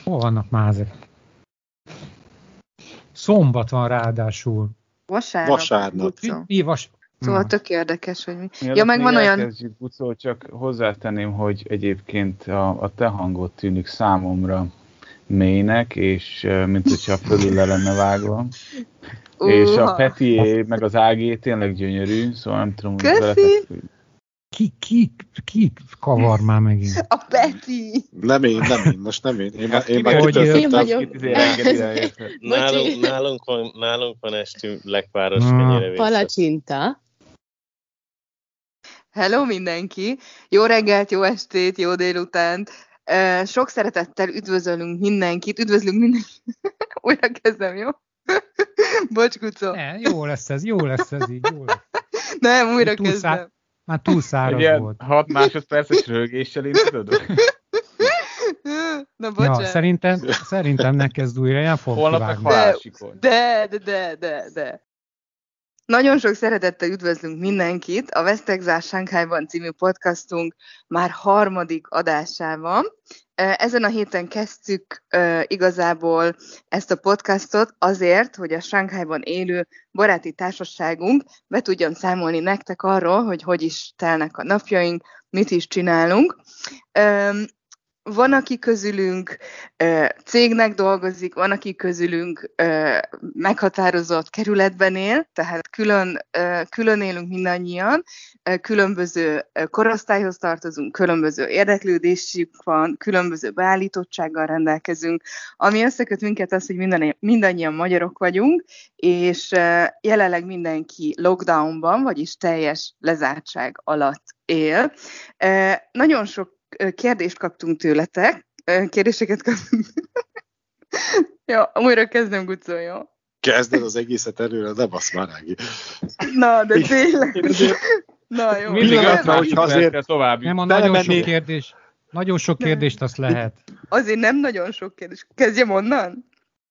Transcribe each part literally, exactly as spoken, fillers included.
Hol vannak már ezek? Szombat van ráadásul. Vasárnap. Vasárnap. Mi vas... Szóval tök érdekes, hogy mi. Mielőtt Ja, meg van olyan... elkezdjük, Bucó, csak hozzátenném, hogy egyébként a, a te hangod tűnik számomra mélynek, és mint hogyha fölül le lenne vágva. Uh, és a Petié, meg az Ágé tényleg gyönyörű, szóval nem tudom, hogy veletek... Ki, ki, ki kavar már megint? A Peti! Nem én, nem én, most nem én. Én, hát én már hogy kitöltöttem. nálunk, nálunk, van, nálunk van estünk lekváros hmm. kenyérevészt. Palacsinta. Hello mindenki! Jó reggelt, jó estét, jó délutánt! Sok szeretettel üdvözölünk mindenkit, üdvözlünk mindenkit. Újra kezdem, jó? Bocs, Kucó. Ne, jó lesz ez, jó lesz ez így, jó lesz. Nem, újra kezdem. Szá... Már túl száraz ugye, volt. hat másodperces rögéssel indítod? Na, bocsánat. Ja, szerintem, szerintem ne kezd újra, ilyen fog Holnap meg de, de, de, de, de. Nagyon sok szeretettel üdvözlünk mindenkit a West Texas Shanghaiban című podcastunk már harmadik adásában. Ezen a héten kezdtük uh, igazából ezt a podcastot azért, hogy a Shanghaiban élő baráti társaságunk be tudjon számolni nektek arról, hogy hogy is telnek a napjaink, mit is csinálunk. Um, Van, aki közülünk uh, cégnek dolgozik, van, aki közülünk uh, meghatározott kerületben él, tehát külön, uh, külön élünk mindannyian, uh, különböző uh, korosztályhoz tartozunk, különböző érdeklődésük van, különböző beállítottsággal rendelkezünk. Ami összeköt minket az, hogy minden, mindannyian magyarok vagyunk, és uh, jelenleg mindenki lockdownban, vagyis teljes lezártság alatt él. Uh, nagyon sok kérdést kaptunk tőletek. Kérdéseket kaptunk. Jó, újra kezdem, Gucó, jó? Kezded az egészet előre, de basz már, Ági. Na, de tényleg. Na, jó. Mindig azt már, hogy azért tovább. Nem, a nagyon sok kérdés. Nagyon sok kérdést azt lehet. Azért nem nagyon sok kérdés. Kezdjem onnan?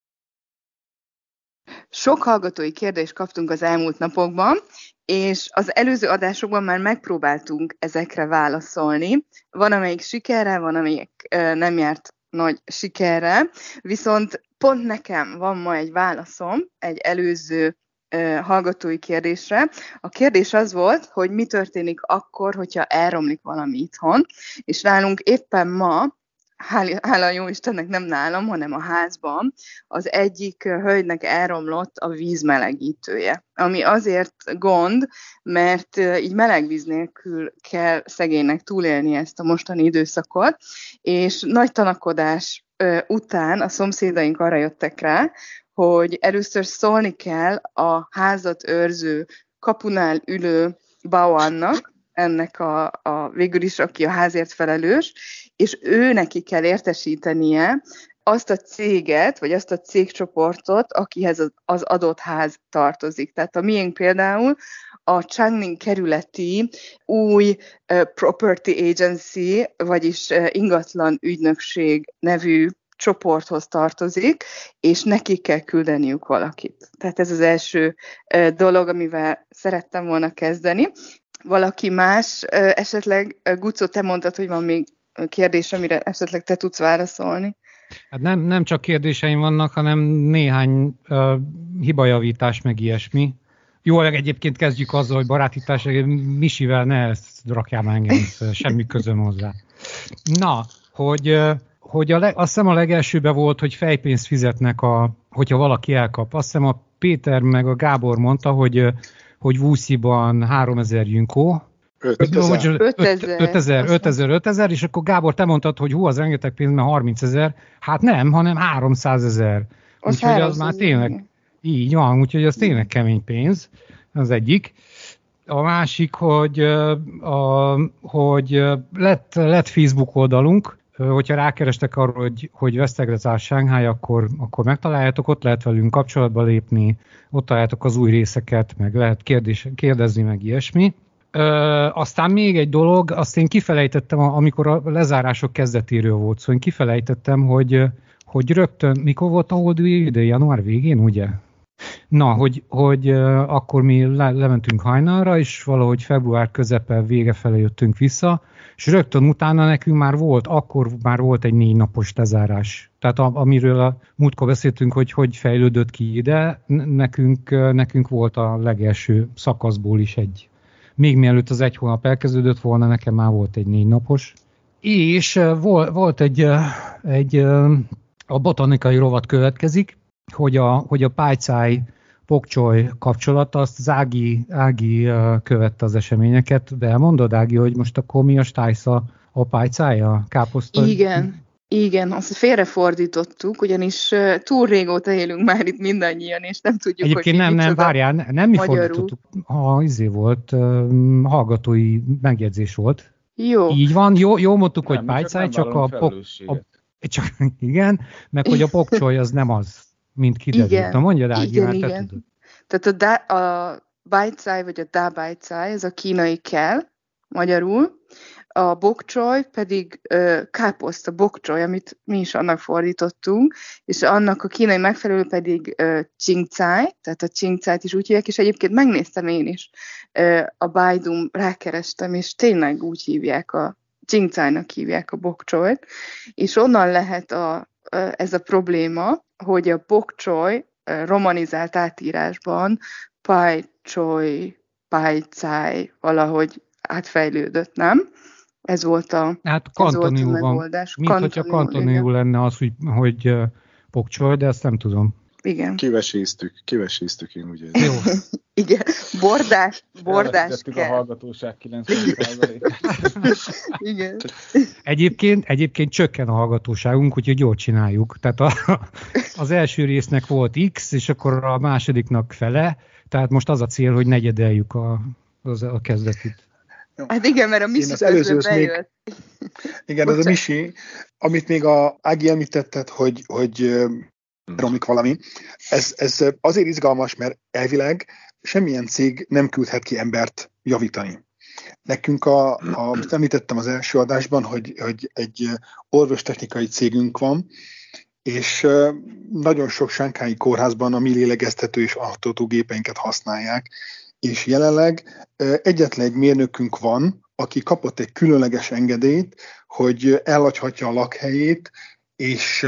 Sok hallgatói kérdést kaptunk az elmúlt napokban, és az előző adásokban már megpróbáltunk ezekre válaszolni. Van, amelyik sikerrel, van, amelyik nem járt nagy sikerrel, viszont pont nekem van ma egy válaszom egy előző hallgatói kérdésre. A kérdés az volt, hogy mi történik akkor, hogyha elromlik valami itthon, és nálunk éppen ma, hála jó Istennek nem nálam, hanem a házban, az egyik hölgynek elromlott a vízmelegítője. Ami azért gond, mert így meleg víz nélkül kell szegénynek túlélni ezt a mostani időszakot, és nagy tanakodás után a szomszédaink arra jöttek rá, hogy először szólni kell a házat őrző kapunál ülő Bauannak, ennek a, a végül is, aki a házért felelős, és ő neki kell értesítenie azt a céget, vagy azt a cégcsoportot, akihez az adott ház tartozik. Tehát a miénk például a Changning kerületi új uh, Property Agency, vagyis uh, ingatlan ügynökség nevű csoporthoz tartozik, és nekik kell küldeniük valakit. Tehát ez az első uh, dolog, amivel szerettem volna kezdeni. Valaki más, esetleg Gucó, te mondtad, hogy van még kérdés, amire esetleg te tudsz válaszolni. Hát nem, nem csak kérdéseim vannak, hanem néhány uh, hibajavítás, meg ilyesmi. Jó, egyébként kezdjük azzal, hogy baráti társaság, Misivel ne ezt rakjál már engem, semmi közöm hozzá. Na, hogy, hogy a leg, azt hiszem a legelsőben volt, hogy fejpénzt fizetnek, a, hogyha valaki elkap. Azt hiszem a Péter meg a Gábor mondta, hogy hogy Vúsziban háromezer jünkó. ötezer, ötezer, ötezer, és akkor Gábor, te mondtad, hogy hú, az rengeteg pénz, mert harmincezer. Hát nem, hanem háromszázezer. Úgyhogy az már tényleg, így van, úgyhogy az tényleg kemény pénz, az egyik. A másik, hogy, a, hogy lett, lett Facebook oldalunk, hogyha rákerestek arra, hogy, hogy West Texas Shanghai, akkor, akkor megtaláljátok, ott lehet velünk kapcsolatba lépni, ott találjátok az új részeket, meg lehet kérdés, kérdezni, meg ilyesmi. Ö, aztán még egy dolog, azt én kifelejtettem, amikor a lezárások kezdetéről volt szó, én kifelejtettem, hogy, hogy rögtön, mikor volt a holdú ide? Január végén, ugye? Na, hogy, hogy uh, akkor mi le, lementünk hajnalra, és valahogy február közepe vége felé jöttünk vissza, és rögtön utána nekünk már volt, akkor már volt egy négy napos lezárás. Tehát a, amiről a múltkor beszéltünk, hogy hogy fejlődött ki ide, nekünk, nekünk volt a legelső szakaszból is egy. Még mielőtt az egy hónap elkezdődött volna, nekem már volt egy négy napos. És uh, volt, volt egy, uh, egy uh, a botanikai rovat következik, hogy a, hogy a pájcáj pokcsoly kapcsolata, azt az Ági, Ági uh, követte az eseményeket, de elmondod, Ági, hogy most akkor mi a stájsza a pájcája, a káposzta? Igen, igen, azt félrefordítottuk, ugyanis uh, túl régóta élünk már itt mindannyian, és nem tudjuk, Egyébként hogy nem, nem, várjál, nem mi magyarul. fordítottuk, ha izé volt, uh, hallgatói megjegyzés volt. Jó. Így van, jó, jó mondtuk, nem, hogy pájcáj, csak, csak a, pok, a csak, igen, meg hogy a pokcsoly az nem az, mint kiderült. Igen, Na mondjad, Ági, igen, mert te igen. tudod. Tehát a, da, a bájcáj, vagy a dábájcáj, ez a kínai kell, magyarul, a bokcsoly pedig ö, káposzta, bokcsoly, amit mi is annak fordítottunk, és annak a kínai megfelelő pedig ö, csingcáj, tehát a csingcájt is úgy hívják, és egyébként megnéztem én is, ö, a Baidu-n rákerestem, és tényleg úgy hívják, a csingcájnak hívják a bokcsolyt, és onnan lehet a, ö, ez a probléma, hogy a bokcsoly ö, romanizált átírásban pájcsoly, pájcáj valahogy átfejlődött, nem? Ez volt a, hát ez volt a van, megoldás. mint hogyha kantoniul lenne az, hogy, hogy uh, pokcsoly, de ezt nem tudom. Igen. Kiveséztük, kiveséztük, én ugye. Jó. Igen, bordás, bordás kell. a hallgatóság kilencven százalékát. Igen. Egyébként, egyébként csökken a hallgatóságunk, úgyhogy jól csináljuk. Tehát a, az első résznek volt X, és akkor a másodiknak fele, tehát most az a cél, hogy negyedeljük a, az, a kezdetét. Jó. Hát igen, mert a Misi közben bejött. Még, igen, ez a Misi, amit még a Ági említetted, hogy, hogy romlik valami, ez, ez azért izgalmas, mert elvileg semmilyen cég nem küldhet ki embert javítani. Nekünk, a, a, azt említettem az első adásban, hogy, hogy egy orvostechnikai cégünk van, és nagyon sok sánkhelyi kórházban a mi lélegeztető és altatógépeinket használják, és jelenleg egyetlen egy mérnökünk van, aki kapott egy különleges engedélyt, hogy elhagyhatja a lakhelyét, és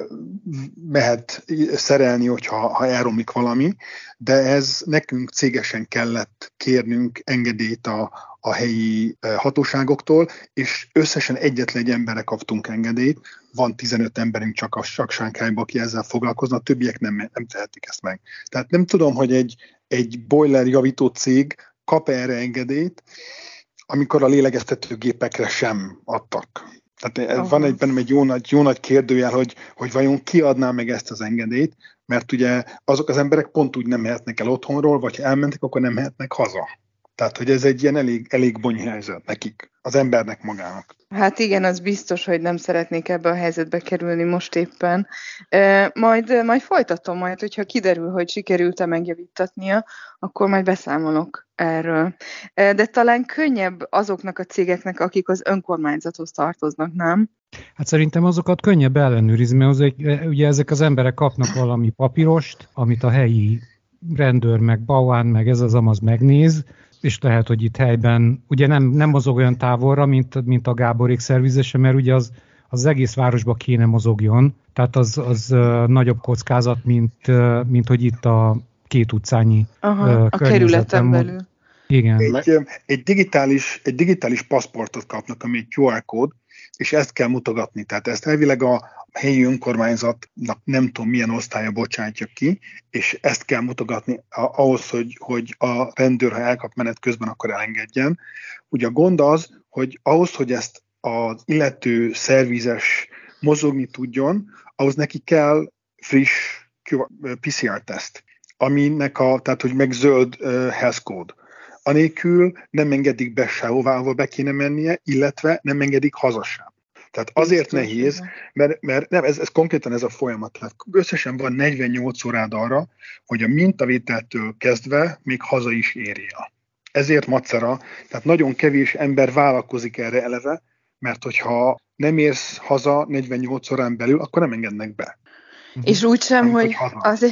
mehet szerelni, hogyha ha elromlik valami, de ez nekünk cégesen kellett kérnünk engedélyt a, a helyi hatóságoktól, és összesen egyetlen egy emberre kaptunk engedélyt, van tizenöt emberünk csak a Sánkhájban, aki ezzel foglalkozna, a többiek nem, nem tehetik ezt meg. Tehát nem tudom, hogy egy, egy boiler javító cég kap erre engedélyt, amikor a lélegeztetőgépekre sem adtak. Tehát uh-huh. van egy, bennem egy jó nagy, jó nagy kérdőjel, hogy, hogy vajon ki adná meg ezt az engedélyt, mert ugye azok az emberek pont úgy nem mehetnek el otthonról, vagy ha elmentek, akkor nem mehetnek haza. Tehát, hogy ez egy ilyen elég, elég bonyolult helyzet nekik, az embernek magának. Hát igen, az biztos, hogy nem szeretnék ebbe a helyzetbe kerülni most éppen. E, majd, majd folytatom, majd, hogyha kiderül, hogy sikerült-e megjavítatnia, akkor majd beszámolok erről. E, de talán könnyebb azoknak a cégeknek, akik az önkormányzathoz tartoznak, nem? Hát szerintem azokat könnyebb ellenőrizni, mert az, ugye ezek az emberek kapnak valami papírost, amit a helyi rendőr, meg bauán, meg ez az amaz megnéz, és lehet, hogy itt helyben, ugye nem, nem mozog olyan távolra, mint, mint a Gáborék szervizese, mert ugye az, az egész városba kéne mozogjon, tehát az, az uh, nagyobb kockázat, mint, uh, mint hogy itt a két utcányi Aha, uh, a kerületen belül. Igen. Egy, egy, digitális, egy digitális paszportot kapnak, ami egy kú er kód, és ezt kell mutogatni. Tehát ezt elvileg a helyi önkormányzatnak nem tudom milyen osztálya bocsátja ki, és ezt kell mutogatni ahhoz, hogy, hogy a rendőr, ha elkap menet közben, akkor elengedjen. Ugye a gond az, hogy ahhoz, hogy ezt az illető szervizes mozogni tudjon, ahhoz neki kell friss pé cé er-teszt, aminek a, tehát hogy meg zöld uh, health code. Anélkül nem engedik be sehová, ahol be kéne mennie, illetve nem engedik haza sem. Tehát azért nehéz, mert, mert nem, ez, ez konkrétan ez a folyamat. Tehát összesen van negyvennyolc órád arra, hogy a mintavételtől kezdve még haza is érje. Ezért macera, tehát nagyon kevés ember vállalkozik erre eleve, mert hogyha nem érsz haza negyvennyolc órán belül, akkor nem engednek be. És úgy sem, hogy azért,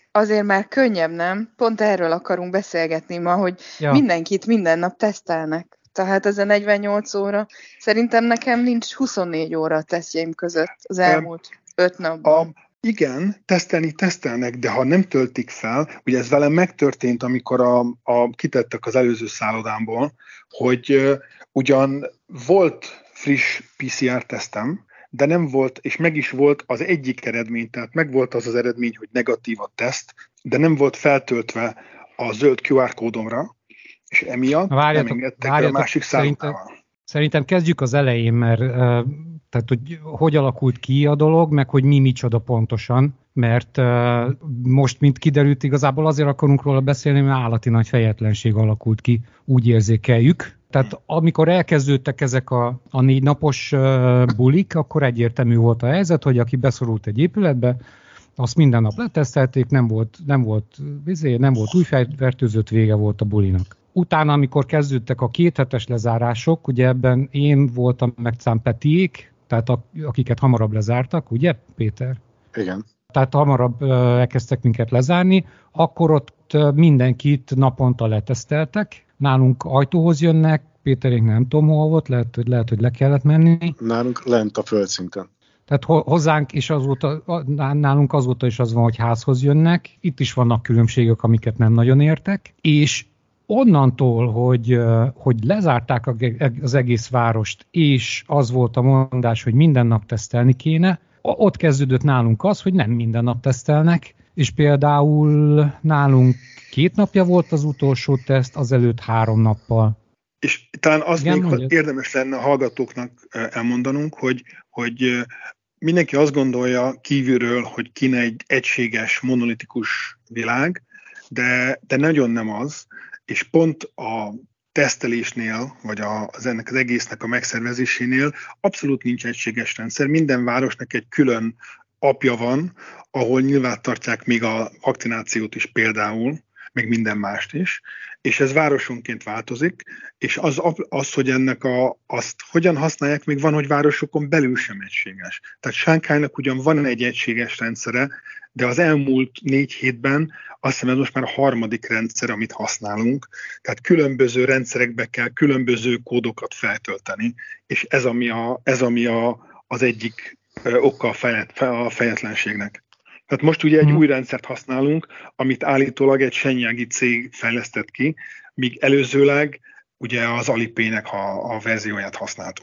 azért már könnyebb, nem? Pont erről akarunk beszélgetni ma, hogy ja. mindenkit minden nap tesztelnek. Tehát ez a negyvennyolc óra, szerintem nekem nincs huszonnégy óra a tesztjeim között az elmúlt öt napban. A, igen, tesztelni tesztelnek, de ha nem töltik fel, ugye ez velem megtörtént, amikor a, a, kitettek az előző szállodámból, hogy uh, ugyan volt friss pé cé er tesztem, de nem volt, és meg is volt az egyik eredmény, tehát meg volt az az eredmény, hogy negatív a teszt, de nem volt feltöltve a zöld kú ár kódomra, és emiatt várjatok, nem engedtek várjatok, a másik szállodával. Szerintem, szerintem kezdjük az elején, mert uh, tehát, hogy hogy alakult ki a dolog, meg hogy mi micsoda pontosan, mert uh, most, mint kiderült, igazából azért akarunk róla beszélni, mert állati nagy fejetlenség alakult ki, úgy érzékeljük. Tehát amikor elkezdődtek ezek a, a négy napos uh, bulik, akkor egyértelmű volt a helyzet, hogy aki beszorult egy épületbe, azt minden nap letesztelték, nem volt, nem volt, nem volt új fertőzött, vége volt a bulinak. Utána, amikor kezdődtek a kéthetes lezárások, ugye ebben én voltam meg Petiék, tehát a, akiket hamarabb lezártak, ugye Péter? Igen. Tehát hamarabb uh, elkezdtek minket lezárni, akkor ott uh, mindenkit naponta leteszteltek, nálunk ajtóhoz jönnek, Péterénk nem tudom hol volt, lehet, hogy, lehet, hogy le kellett menni. Nálunk lent a földszinten. Tehát hozzánk is azóta, nálunk azóta is az van, hogy házhoz jönnek, itt is vannak különbségek, amiket nem nagyon értek, és onnantól, hogy, hogy lezárták az egész várost, és az volt a mondás, hogy minden nap tesztelni kéne, ott kezdődött nálunk az, hogy nem minden nap tesztelnek, és például nálunk két napja volt az utolsó teszt, azelőtt három nappal. És talán az igen, még mondjad. Érdemes lenne a hallgatóknak elmondanunk, hogy, hogy mindenki azt gondolja kívülről, hogy kéne egy egységes, monolitikus világ, de, de nagyon nem az, és pont a tesztelésnél, vagy a, az ennek az egésznek a megszervezésénél abszolút nincs egységes rendszer. Minden városnak egy külön apja van, ahol nyilván tartják még a vakcinációt is például, meg minden mást is, és ez városonként változik, és az, az hogy ennek a, azt hogyan használják, még van, hogy városokon belül sem egységes. Tehát Shanghainak ugyan van egy egységes rendszere, de az elmúlt négy hétben azt hiszem, ez most már a harmadik rendszer, amit használunk, tehát különböző rendszerekbe kell különböző kódokat feltölteni, és ez ami, a, ez ami a, az egyik oka a, fejet, a fejetlenségnek. Tehát most ugye egy hmm. új rendszert használunk, amit állítólag egy shenyagi cég fejlesztett ki, míg előzőleg ugye az Alipaynek a, a verzióját használtuk.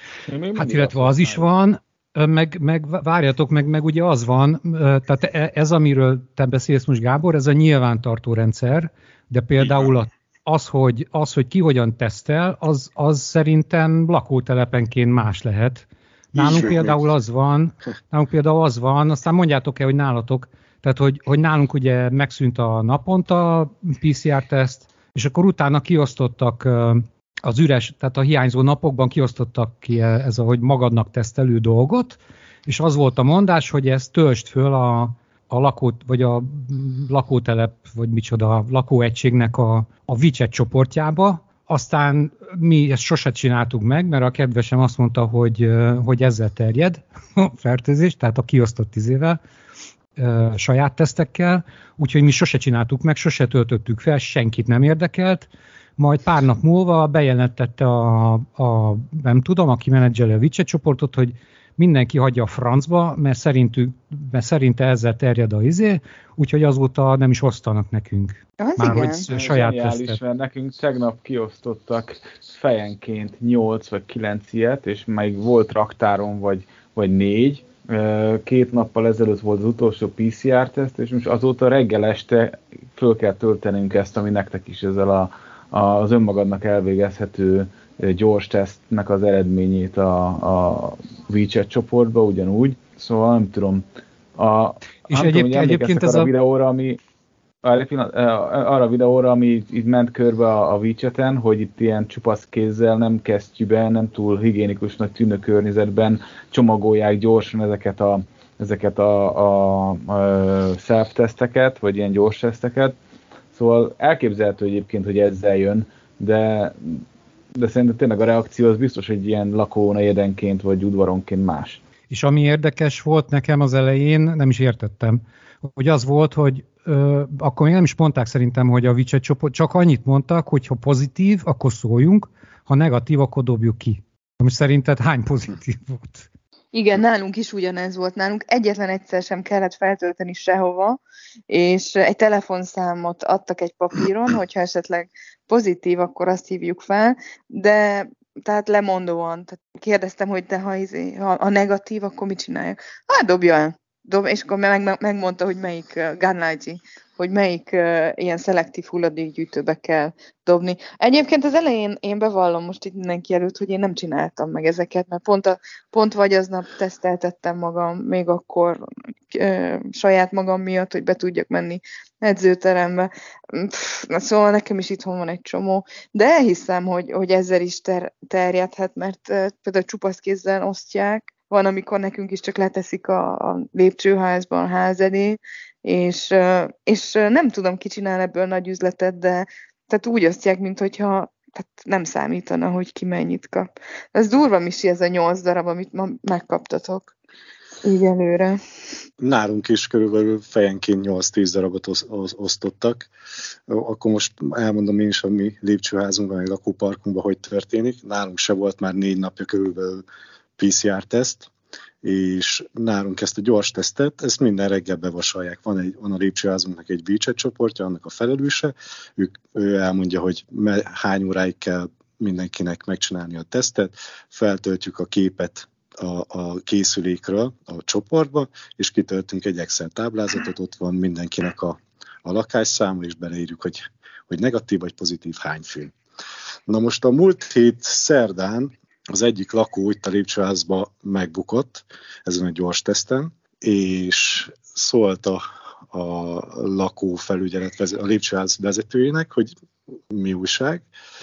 Hát illetve az is van, meg, meg várjatok, meg, meg ugye az van, tehát ez, amiről te beszélsz most, Gábor, ez a nyilvántartó rendszer, de például az, hogy, az, hogy ki hogyan tesztel, az, az szerintem lakótelepenként más lehet. Nálunk például az van, nálunk például az van, aztán mondjátok el, hogy nálatok, tehát hogy, hogy nálunk ugye megszűnt a naponta pé cé er-teszt, és akkor utána kiosztottak az üres, tehát a hiányzó napokban kiosztottak ki ez a, hogy magadnak tesztelő dolgot, és az volt a mondás, hogy ezt töltsd föl a, a lakó, vagy a lakótelep, vagy micsoda, a lakóegységnek a, a WeChat csoportjába. Aztán mi ezt sose csináltuk meg, mert a kedvesem azt mondta, hogy, hogy ezzel terjed a fertőzés, tehát a kiosztott tízével, saját tesztekkel, úgyhogy mi sose csináltuk meg, sose töltöttük fel, senkit nem érdekelt, majd pár nap múlva bejelentette a, a nem tudom, aki menedzseli a WeChat csoportot, hogy mindenki hagyja a francba, mert, szerintük, mert szerinte ezzel terjed a izé, úgyhogy azóta nem is osztanak nekünk. Az Már igen. hogy saját tesztet. Mert nekünk tegnap kiosztottak fejenként nyolc vagy kilenc ilyet, és még volt raktáron vagy, vagy négy. Két nappal ezelőtt volt az utolsó pé cé er-teszt, és most azóta reggel este föl kell töltenünk ezt, ami nektek is ezzel a, a, az önmagadnak elvégezhető gyors tesztnek az eredményét a, a WeChat csoportba ugyanúgy. Szóval nem tudom. A, és nem egyéb, tudom, egyébként ez a a... videóra, ami arra a videóra, ami itt ment körbe a, a WeChat-en, hogy itt ilyen csupasz kézzel, nem kesztyűben, nem túl higiénikusnak tűnő környezetben csomagolják gyorsan ezeket a, ezeket a, a, a self-teszteket, vagy ilyen gyors teszteket. Szóval elképzelhető egyébként, hogy ezzel jön, de, de szerintem tényleg a reakció az biztos, hogy ilyen lakónegyedenként vagy udvaronként más. És ami érdekes volt nekem az elején, nem is értettem, hogy az volt, hogy ö, akkor még nem is mondták szerintem, hogy a WeChat csoport, csak annyit mondtak, hogy ha pozitív, akkor szóljunk, ha negatív, akkor dobjuk ki. Most szerinted hány pozitív volt? Igen, nálunk is ugyanez volt. Nálunk egyetlen egyszer sem kellett feltölteni sehova, és egy telefonszámot adtak egy papíron, hogyha esetleg pozitív, akkor azt hívjuk fel, de tehát lemondóan. Tehát kérdeztem, hogy de ha, izé, ha, ha negatív, akkor mit csináljak? Hát dobja el. Dob, és akkor meg, megmondta, hogy melyik uh, Gunlighty, hogy melyik uh, ilyen szelektív hulladékgyűjtőbe kell dobni. Egyébként az elején én bevallom most itt mindenki előtt, hogy én nem csináltam meg ezeket, mert pont, a, pont vagy aznap teszteltettem magam, még akkor uh, saját magam miatt, hogy be tudjak menni edzőterembe. Pff, na, szóval nekem is itthon van egy csomó, de elhiszem, hogy, hogy ezzel is ter, terjedhet, mert uh, például csupaszkézzel osztják, van, amikor nekünk is csak leteszik a, a lépcsőházban, a ház elé, és, és nem tudom, ki csinál ebből nagy üzletet, de tehát úgy osztják, mint hogyha tehát nem számítana, hogy ki mennyit kap. Ez durva, Misi, ez a nyolc darab, amit ma megkaptatok így előre. Nálunk is körülbelül fejenként nyolc-tíz darabot osztottak. Akkor most elmondom én is, a mi lépcsőházunkban, meg lakóparkunkban, hogy történik. Nálunk se volt már négy napja körülbelül pé cé er-teszt, és nálunk ezt a gyors tesztet, ezt minden reggel bevasalják. Van, egy, van a lépcsőházunknak egy WeChat csoportja, annak a felelőse, ők, ő elmondja, hogy me, hány óráig kell mindenkinek megcsinálni a tesztet, feltöltjük a képet a, a készülékről a csoportba, és kitöltünk egy Excel táblázatot, ott van mindenkinek a, a lakásszáma, és beleírjuk, hogy, hogy negatív vagy pozitív hány fő. Na most a múlt hét szerdán az egyik lakó itt a lépcsőházba megbukott ezen a gyors teszten, és szólt a, a lakó felügyelet, a lépcsőház vezetőjének, hogy mi újság,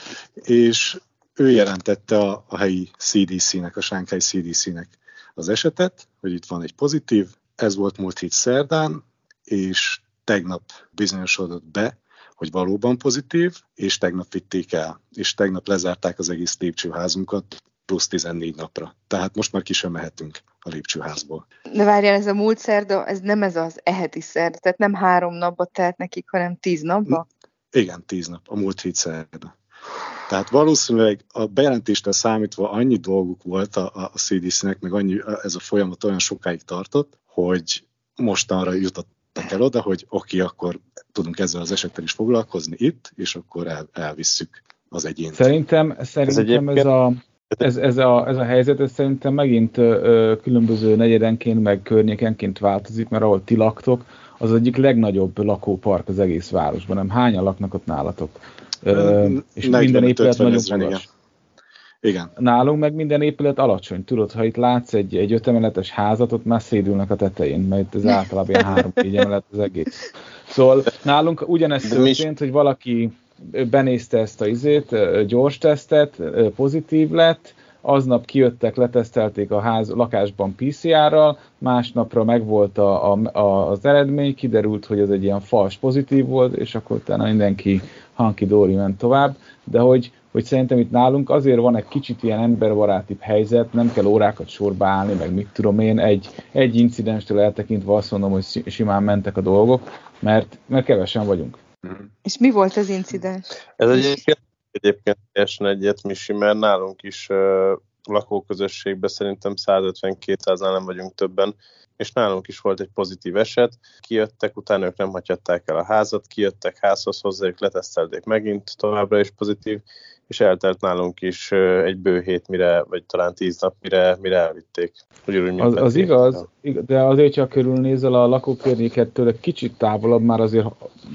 és ő jelentette a, a helyi cé dé cé-nek, a Shanghai cé dé cé-nek az esetet, hogy itt van egy pozitív, ez volt múlt hét szerdán, és tegnap bizonyosodott be, hogy valóban pozitív, és tegnap vitték el, és tegnap lezárták az egész lépcsőházunkat plusz tizennégy napra. Tehát most már ki sem mehetünk a lépcsőházból. De várjál, ez a múlt szerda, ez nem ez az eheti szerda, tehát nem három napba telt nekik, hanem tíz napba? Igen, tíz nap, a múlt hét szerda. Tehát valószínűleg a bejelentéstől számítva annyi dolguk volt a, a cé dé cé-nek, meg annyi, ez a folyamat olyan sokáig tartott, hogy mostanra jutottak el oda, hogy oké, okay, akkor tudunk ezzel az esettel is foglalkozni itt, és akkor el, elvisszük az egyént. Szerintem, szerintem ez, ez a Ez, ez, a, ez a helyzet, ez szerintem megint ö, különböző negyedenként, meg környékenként változik, mert ahol ti laktok, az egyik legnagyobb lakópark az egész városban, nem? Hányan laknak ott nálatok? Ö, és minden épület nagyon magas. Igen. Nálunk meg minden épület alacsony. Tudod, ha itt látsz egy, egy ötemeletes házat, ott már szédülnek a tetején, mert ez általában ilyen három-négy emelet az egész. Szóval nálunk ugyanezt történt, hogy valaki benézte ezt a izét, gyors tesztet, pozitív lett, aznap kijöttek, letesztelték a ház, lakásban pé cé er-ral, másnapra megvolt a, a, az eredmény, kiderült, hogy ez egy ilyen fals pozitív volt, és akkor utána mindenki hanky-dory ment tovább, de hogy, hogy szerintem itt nálunk azért van egy kicsit ilyen emberbarátibb helyzet, nem kell órákat sorba állni, meg mit tudom én, egy, egy incidenstől eltekintve azt mondom, hogy simán mentek a dolgok, mert, mert kevesen vagyunk. És mi volt az incidens? Ez egyébként, egyébként teljesen egyet, Misi, mert nálunk is uh, lakóközösségben szerintem százötven-kétszáznál nem vagyunk többen, és nálunk is volt egy pozitív eset. Kijöttek, utána ők nem hagyhatták el a házat, kijöttek házhoz hozzájuk, letesztelték megint, továbbra is pozitív, és eltelt nálunk is egy bő hét, mire, vagy talán tíz nap, mire, mire elvitték. Ugyanúgy, az, az igaz, de azért csak körülnézel a lakókörnyéket tőle kicsit távolabb, már azért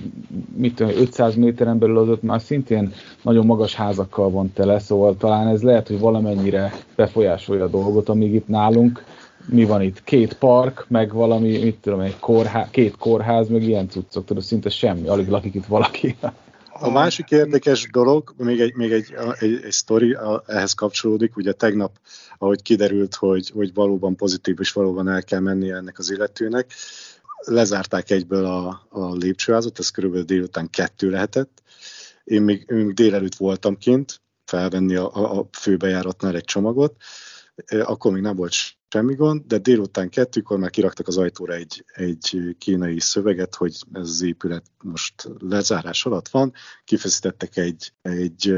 mit tudom, ötszáz méteren belül az ott már szintén nagyon magas házakkal van tele, szóval talán ez lehet, hogy valamennyire befolyásolja a dolgot, amíg itt nálunk mi van itt? Két park, meg valami, mit tudom, egy kórház, két kórház, meg ilyen cuccok, tudod, szinte semmi, alig lakik itt valaki. A másik érdekes dolog, még egy, még egy, egy, egy sztori ehhez kapcsolódik, ugye tegnap, ahogy kiderült, hogy, hogy valóban pozitív és valóban el kell mennie ennek az illetőnek, lezárták egyből a, a lépcsőházat, ez körülbelül délután kettő lehetett. Én még, én még délelőtt voltam kint, felvenni a, a főbejáratnál egy csomagot, akkor még nem volt semmi gond, de délután kettőkor már kiraktak az ajtóra egy, egy kínai szöveget, hogy ez az épület most lezárás alatt van, kifeszítettek egy, egy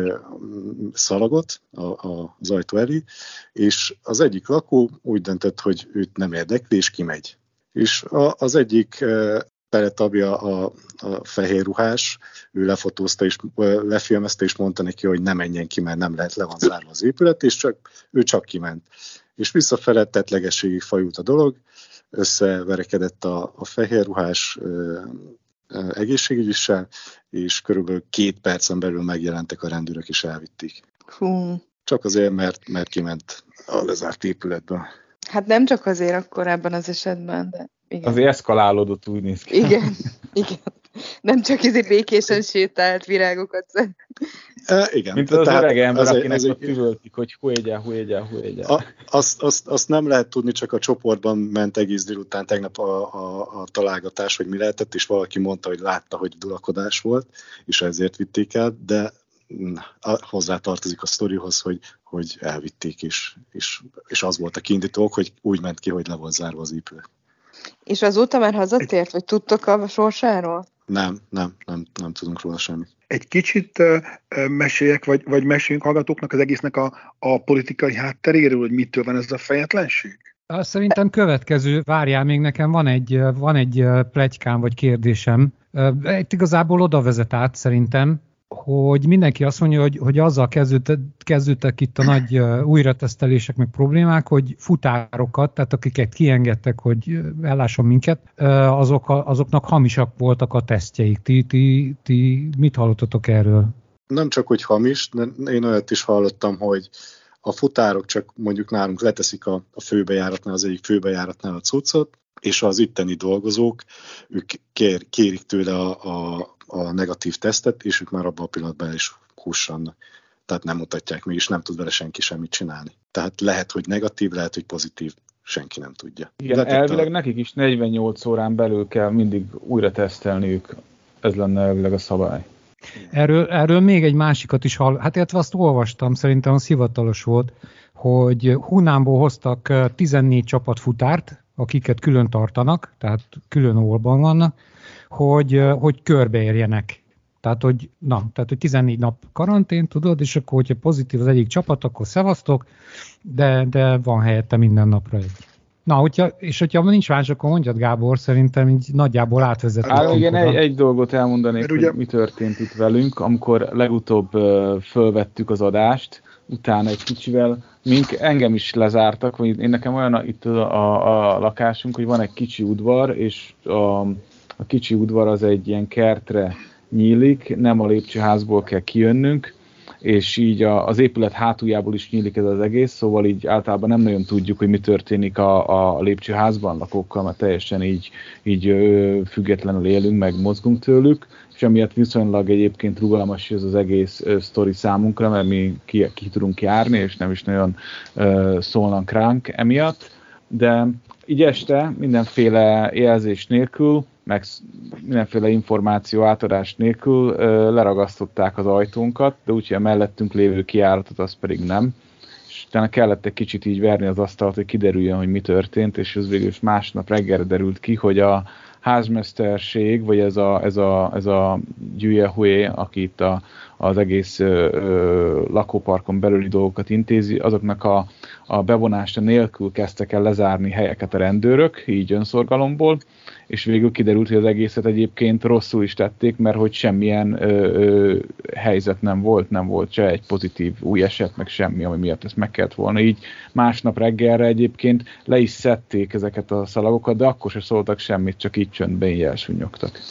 szalagot a, a, az ajtó elé, és az egyik lakó úgy döntött, hogy őt nem érdekli, és kimegy. És a, az egyik Teletabja a, a fehér ruhás, ő lefotózta és lefilmezte, és mondta neki, hogy ne menjen ki, mert nem lehet, le van zárva az épület, és csak, ő csak kiment. És visszafele tettlegességig fajult a dolog, összeverekedett a, a fehér ruhás ö, ö, egészségügyissel, és körülbelül két percen belül megjelentek a rendőrök, és elvitték. Hú. Csak azért, mert, mert kiment a lezárt épületbe. Hát nem csak azért akkor ebben az esetben, de igen. Azért eszkalálódott, úgy néz ki. Igen, igen. Nem csak ezért békésen sétált, virágokat szed. E, igen. Mint az Tehát öreg ember, az akinek az ott üvöltik, hogy huégyel, huégyel, huégyel. A, azt, azt, azt nem lehet tudni, csak a csoportban ment egész délután tegnap a, a, a találgatás, hogy mi lehetett, és valaki mondta, hogy látta, hogy dulakodás volt, és ezért vitték el, de hozzá tartozik a sztorihoz, hogy, hogy elvitték, és, és, és az volt a kiindítók, hogy úgy ment ki, hogy le volt zárva az épület. És azóta már hazatért, vagy tudtok a sorsáról? Nem, nem, nem, nem tudunk róla semmit. Egy kicsit uh, meséljek, vagy, vagy meséljünk hallgatóknak az egésznek a, a politikai hátteréről, hogy mitől van ez a fejetlenség? Szerintem következő, várjál, még nekem van egy, van egy pletykám vagy kérdésem. Itt igazából oda vezet át szerintem, hogy mindenki azt mondja, hogy, hogy azzal kezdődtek, kezdődtek itt a nagy újratesztelések, meg problémák, hogy futárokat, tehát akiket kiengedtek, hogy ellásson minket, azok, azoknak hamisak voltak a tesztjeik. Ti, ti, ti mit hallottatok erről? Nem csak, hogy hamis, de én olyat is hallottam, hogy a futárok csak mondjuk nálunk leteszik a, a főbejáratnál, az egyik főbejáratnál a cuccot, és az itteni dolgozók, ők kér, kérik tőle a, a, a negatív tesztet, és ők már abban a pillanatban el is hussannak. Tehát nem mutatják meg, és nem tud vele senki semmit csinálni. Tehát lehet, hogy negatív, lehet, hogy pozitív. Senki nem tudja. Igen, lehet, elvileg a... nekik is negyvennyolc órán belül kell mindig újra tesztelniük. Ez lenne elvileg a szabály. Erről, erről még egy másikat is hall, hát illetve azt olvastam, szerintem az hivatalos volt, hogy Hunanból hoztak tizennégy csapatfutárt, akiket külön tartanak, tehát külön olban vannak, hogy, hogy körbeérjenek. Tehát, hogy, na, tehát, hogy tizennégy nap karantén, tudod, és akkor, hogyha pozitív az egyik csapat, akkor szevasztok, de, de van helyette minden napra egy. Na, hogyha, és hogyha nincs más, akkor mondjad, Gábor, szerintem így nagyjából átvezetett. Hát igen, egy, egy dolgot elmondanék, Mert hogy ugye... mi történt itt velünk, amikor legutóbb uh, fölvettük az adást, utána egy kicsivel, mink, engem is lezártak, vagy én nekem olyan a, itt a, a, a lakásunk, hogy van egy kicsi udvar, és a, a kicsi udvar az egy ilyen kertre nyílik, nem a lépcsőházból kell kijönnünk, és így a, az épület hátuljából is nyílik ez az egész, szóval így általában nem nagyon tudjuk, hogy mi történik a, a lépcsőházban lakókkal, mert teljesen így, így ö, függetlenül élünk, meg mozgunk tőlük, és emiatt viszonylag egyébként rugalmas ez az egész ö, sztori számunkra, mert mi ki, ki tudunk járni, és nem is nagyon ö, szólnak ránk emiatt, de így este mindenféle jelzés nélkül, meg mindenféle információ átadás nélkül ö, leragasztották az ajtónkat, de úgyhogy a mellettünk lévő kijáratot az pedig nem. És utána kellett egy kicsit így verni az asztalt, hogy kiderüljön, hogy mi történt, és ez végül is másnap reggelre derült ki, hogy a házmesterség, vagy ez a, ez a, ez a Gyűje Hué, aki itt a, az egész ö, ö, lakóparkon belüli dolgokat intézi, azoknak a, a bevonása nélkül kezdtek el lezárni helyeket a rendőrök, így önszorgalomból, és végül kiderült, hogy az egészet egyébként rosszul is tették, mert hogy semmilyen ö, ö, helyzet nem volt, nem volt se egy pozitív új eset, meg semmi, ami miatt ezt meg kellett volna. Így másnap reggelre egyébként le is szedték ezeket a szalagokat, de akkor se szóltak semmit, csak így csöndben így elsúnyogtak.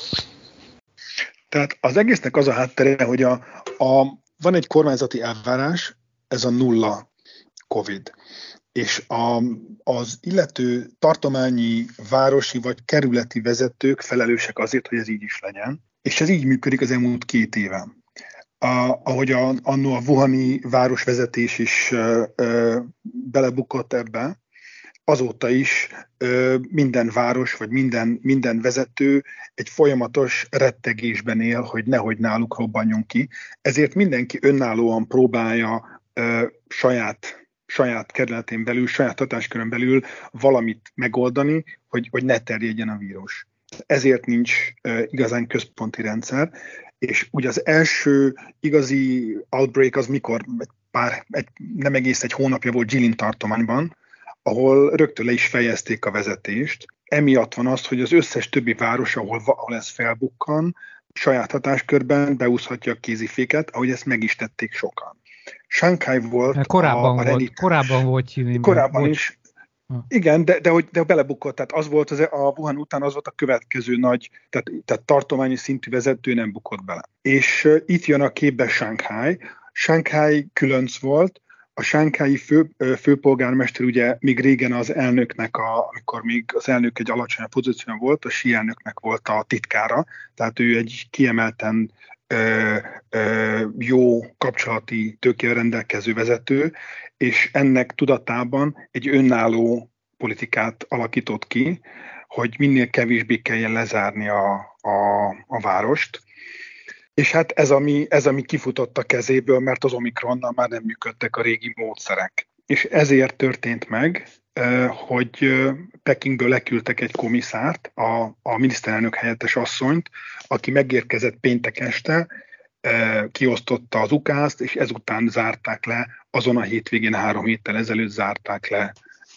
Tehát az egésznek az a háttere, hogy a, a, van egy kormányzati elvárás, ez a nulla Covid. És a, az illető tartományi, városi vagy kerületi vezetők felelősek azért, hogy ez így is legyen. És ez így működik az elmúlt két éve. A, ahogy a, annó a wuhani városvezetés is ö, ö, belebukott ebbe, azóta is ö, minden város vagy minden, minden vezető egy folyamatos rettegésben él, hogy nehogy náluk robbanjon ki. Ezért mindenki önállóan próbálja ö, saját saját kerületén belül, saját hatáskörön belül valamit megoldani, hogy, hogy ne terjedjen a vírus. Ezért nincs uh, igazán központi rendszer, és ugye az első igazi outbreak az mikor, pár, egy, nem egész egy hónapja volt Jilin tartományban, ahol rögtön le is fejezték a vezetést. Emiatt van az, hogy az összes többi város, ahol, ahol ez felbukkan, saját hatáskörben beúszhatja a kéziféket, ahogy ezt meg is tették sokan. Shanghai volt korábban a, a volt, korábban volt Jilin. Korábban volt. is. Ha. Igen, de, de, de belebukott, tehát az volt az, a Wuhan után az volt a következő nagy, tehát, tehát tartományi szintű vezető nem bukott bele. És uh, itt jön a képbe Shanghai. Shanghai különc volt, a shanghai fő, főpolgármester ugye még régen az elnöknek, a, amikor még az elnök egy alacsonyabb pozícióban volt, a Xi elnöknek volt a titkára, tehát ő egy kiemelten ö, ö, jó kapcsolati tőkével rendelkező vezető, és ennek tudatában egy önálló politikát alakított ki, hogy minél kevésbé kelljen lezárni a, a, a várost. És hát ez ami, ez, ami kifutott a kezéből, mert az Omikronnal már nem működtek a régi módszerek. És ezért történt meg, hogy Pekingből leküldtek egy komisszárt, a, a miniszterelnök helyettes asszonyt, aki megérkezett péntek este, kiosztotta az ukázt, és ezután zárták le, azon a hétvégén három héttel ezelőtt zárták le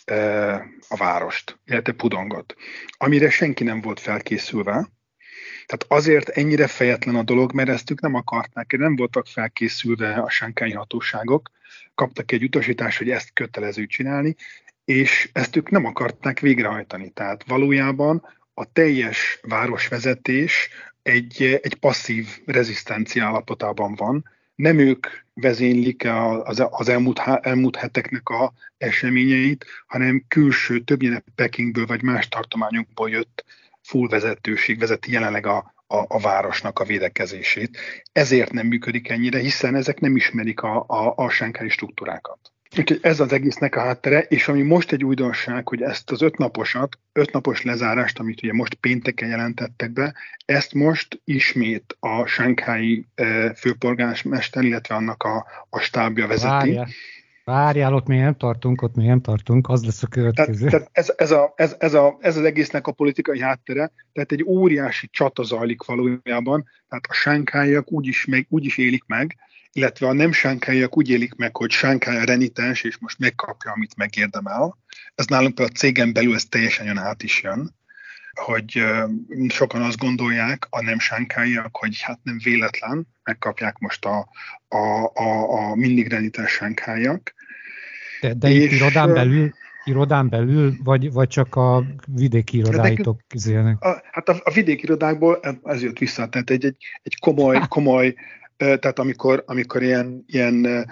a várost, illetve Pudongot, amire senki nem volt felkészülve. Tehát azért ennyire fejetlen a dolog, mert ezt ők nem akarták, nem voltak felkészülve a shanghai hatóságok, kaptak egy utasítást, hogy ezt kötelező csinálni, és ezt ők nem akarták végrehajtani. Tehát valójában a teljes városvezetés egy, egy passzív rezisztencia állapotában van. Nem ők vezénylik az, az elmúlt, elmúlt heteknek a eseményeit, hanem külső, többnyire Pekingből vagy más tartományokból jött full vezetőség vezeti jelenleg a, a, a városnak a védekezését. Ezért nem működik ennyire, hiszen ezek nem ismerik a, a, a shanghai struktúrákat. Úgyhogy ez az egésznek a háttere, és ami most egy újdonság, hogy ezt az ötnaposat, ötnapos lezárást, amit ugye most pénteken jelentettek be, ezt most ismét a shanghai e, főpolgármester, illetve annak a, a stábja vezeti. Várja. Várjál, ott még nem tartunk, ott még nem tartunk, az lesz a következő. Tehát, tehát ez, ez, a, ez, ez, a, ez az egésznek a politikai háttere, tehát egy óriási csata zajlik valójában, tehát a shanghaiak úgy is, meg, úgy is élik meg, illetve a nem shanghaiak úgy élik meg, hogy Shanghai a renitens, és most megkapja, amit megérdemel. Ez nálunk például a cégen belül ez teljesen jön át is jön, hogy uh, sokan azt gondolják, a nem shanghaiak, hogy hát nem véletlen, megkapják most a, a, a, a mindig renitens shanghaiak. De, de és, itt irodán belül, irodán belül, vagy, vagy csak a vidéki irodáitok közélnek? A, hát a, a vidéki irodákból ez jött vissza, tehát egy, egy, egy komoly, komoly tehát amikor, amikor ilyen, ilyen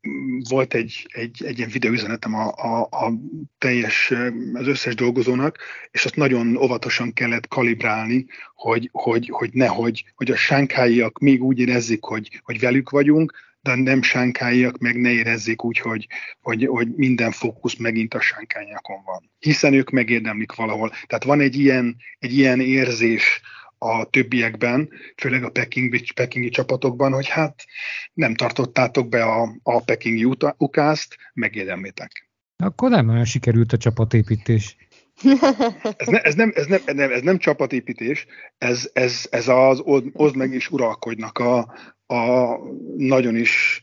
volt egy, egy, egy ilyen videóüzenetem a, a, a teljes, az összes dolgozónak, és azt nagyon óvatosan kellett kalibrálni, hogy, hogy, hogy nehogy, hogy a shanghaiak még úgy érezzék, hogy, hogy velük vagyunk, de a nem shanghaiak meg ne érezzék úgy, hogy, hogy, hogy minden fókusz megint a shanghaiakon van. Hiszen ők megérdemlik valahol. Tehát van egy ilyen, egy ilyen érzés a többiekben, főleg a pekingi, pekingi csapatokban, hogy hát nem tartottátok be a, a pekingi ukázt, megérdemlitek. Akkor nem olyan sikerült a csapatépítés. ez, ne, ez, nem, ez, nem, nem, ez nem csapatépítés, ez, ez, ez az oszd meg és uralkodjnak a, a nagyon is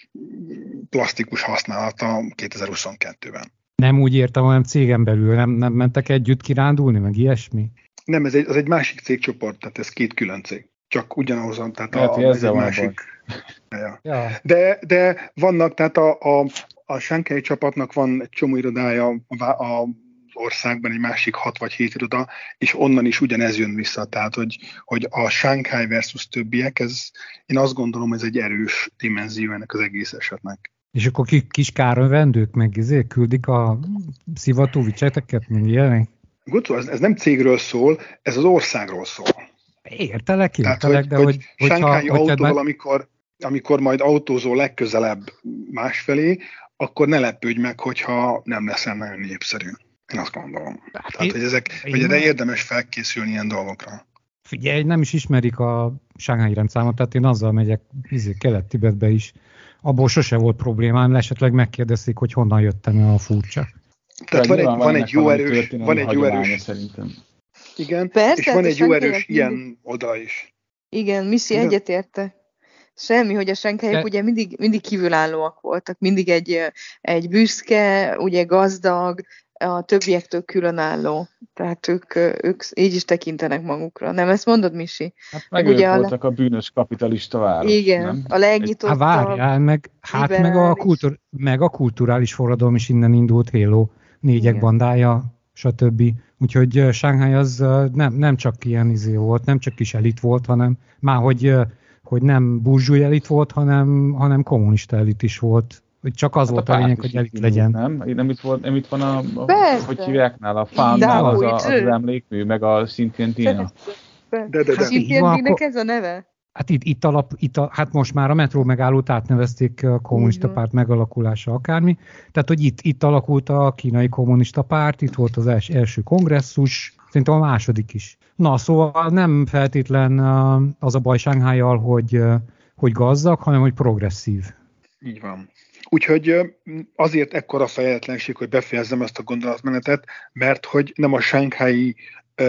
plastikus használata kétezer-huszonkettőben. Nem úgy értem, hanem cégen belül, nem, nem mentek együtt kirándulni, meg ilyesmi? Nem, ez egy, az egy másik cégcsoport, tehát ez két külön cég. Csak ugyanahhoz, tehát hát, a, ez egy másik. Ja. Ja. De, de vannak, tehát a, a, a shanghai csapatnak van egy csomó irodája az országban, egy másik hat vagy hét iroda, és onnan is ugyanez jön vissza. Tehát, hogy, hogy a Shanghai versus többiek, ez, én azt gondolom, ez egy erős dimenzió ennek az egész esetnek. És akkor kis kárövendők meg izé, küldik a szivató vicseteket, meg ilyenek? Gucó, ez, ez nem cégről szól, ez az országról szól. Értelek, értelek, Tehát, de hogy, hogy... hogy Shanghai autóval, már... amikor, amikor majd autózol legközelebb másfelé, akkor ne lepődj meg, hogyha nem leszel nagyon népszerű. Én azt gondolom. Hát Tehát, én, hogy, ezek, hogy erre érdemes felkészülni ilyen dolgokra. Figyelj, nem is ismerik a shanghai rendszámot, tehát én azzal megyek izé, Kelet-Tibetbe is, abból sose volt problémám, esetleg megkérdezték, hogy honnan jöttem a furcsa. Tehát van egy, van egy jó erős, van egy jó erős, szerintem. Igen, Persze, és van egy jó erős mindig... ilyen oda is. Igen, Misi egyetérte. Semmi, hogy a senkelyek De... ugye mindig, mindig kívülállóak voltak, mindig egy, egy büszke, ugye gazdag, a többiektől különálló. Tehát ők, ők így is tekintenek magukra. Nem ezt mondod, Misi? Hát meg, meg ők voltak a, le... a bűnös kapitalista város. Igen, nem? a legnyitottabb. Hát várjál, meg, hát meg a, kultur, meg a kulturális forradalom is innen indult, Halo, négyek igen. bandája, stb. Úgyhogy Shanghai az nem, nem csak ilyen izé volt, nem csak kis elit volt, hanem már hogy, hogy nem burzsúj elit volt, hanem, hanem kommunista elit is volt. Hogy csak az hát volt a, a lényeg, hogy elit legyen. Nem? Nem itt, volt, nem itt van a, a hogy hívják nála, a fánnál az, a, az emlékmű, meg a Szintjentina. De, de, de. Hát Szintjentinek ez a neve? Hát itt, itt, alap, itt a, hát most már a metró megállót átnevezték a kommunista párt megalakulása akármi. Tehát, hogy itt, itt alakult a kínai kommunista párt, itt volt az els, első kongresszus, szerintem a második is. Na, szóval nem feltétlen az a baj Shanghai-jal, hogy, hogy gazdag, hanem hogy progresszív. Így van. Úgyhogy azért ekkora fejetlenség, hogy befejezzem ezt a gondolatmenetet, mert hogy nem a Shanghai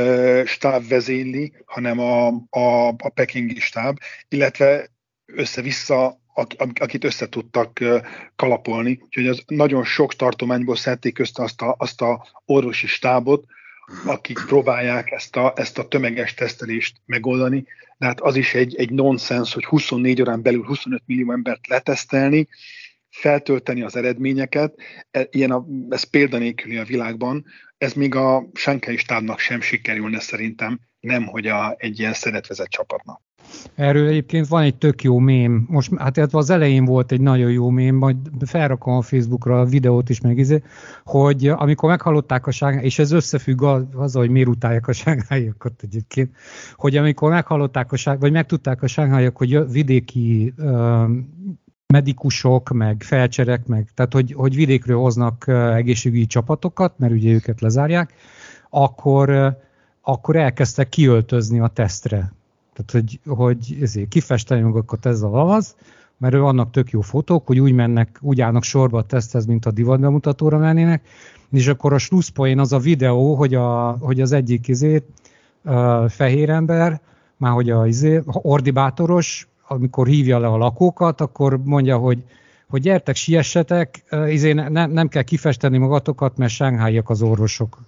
stáb vezényli, hanem a, a, a pekingi stáb, illetve össze-vissza, akit össze tudtak kalapolni. Úgyhogy az nagyon sok tartományból szedték össze azt a, azt a orvosi stábot, akik próbálják ezt a, ezt a tömeges tesztelést megoldani. De hát az is egy, egy nonsens, hogy huszonnégy órán belül huszonöt millió embert letesztelni, feltölteni az eredményeket, ilyen a, ez példanélküli a világban, ez még a Shanghai stábnak sem sikerülne szerintem, nem hogy a, egy ilyen szeretvezett csapatnak. Erről egyébként van egy tök jó mém, most hát az elején volt egy nagyon jó mém, majd felrakom a Facebookra a videót is meg izé, hogy amikor meghallották a Shanghai, és ez összefügg az, hogy miért utálják a Shanghaiakat egyébként, hogy amikor meghallották a Shanghai, vagy megtudták a Shanghaiak, hogy vidéki uh, medikusok, meg felcserek, meg, tehát hogy, hogy vidékről hoznak uh, egészségügyi csapatokat, mert ugye őket lezárják, akkor, uh, akkor elkezdtek kiöltözni a tesztre. Tehát, hogy, hogy ezért kifesteni magukat ezzel a lavaz, mert vannak tök jó fotók, hogy úgy mennek, úgy állnak sorba a teszthez, mint a divatbemutatóra mennének, és akkor a slusszpoén az a videó, hogy, a, hogy az egyik izé, uh, fehér ember, már hogy a izé, ordibátoros, amikor hívja le a lakókat, akkor mondja, hogy, hogy gyertek, siessetek, uh, izé, ne, nem kell kifesteni magatokat, mert Shanghaiak az orvosok.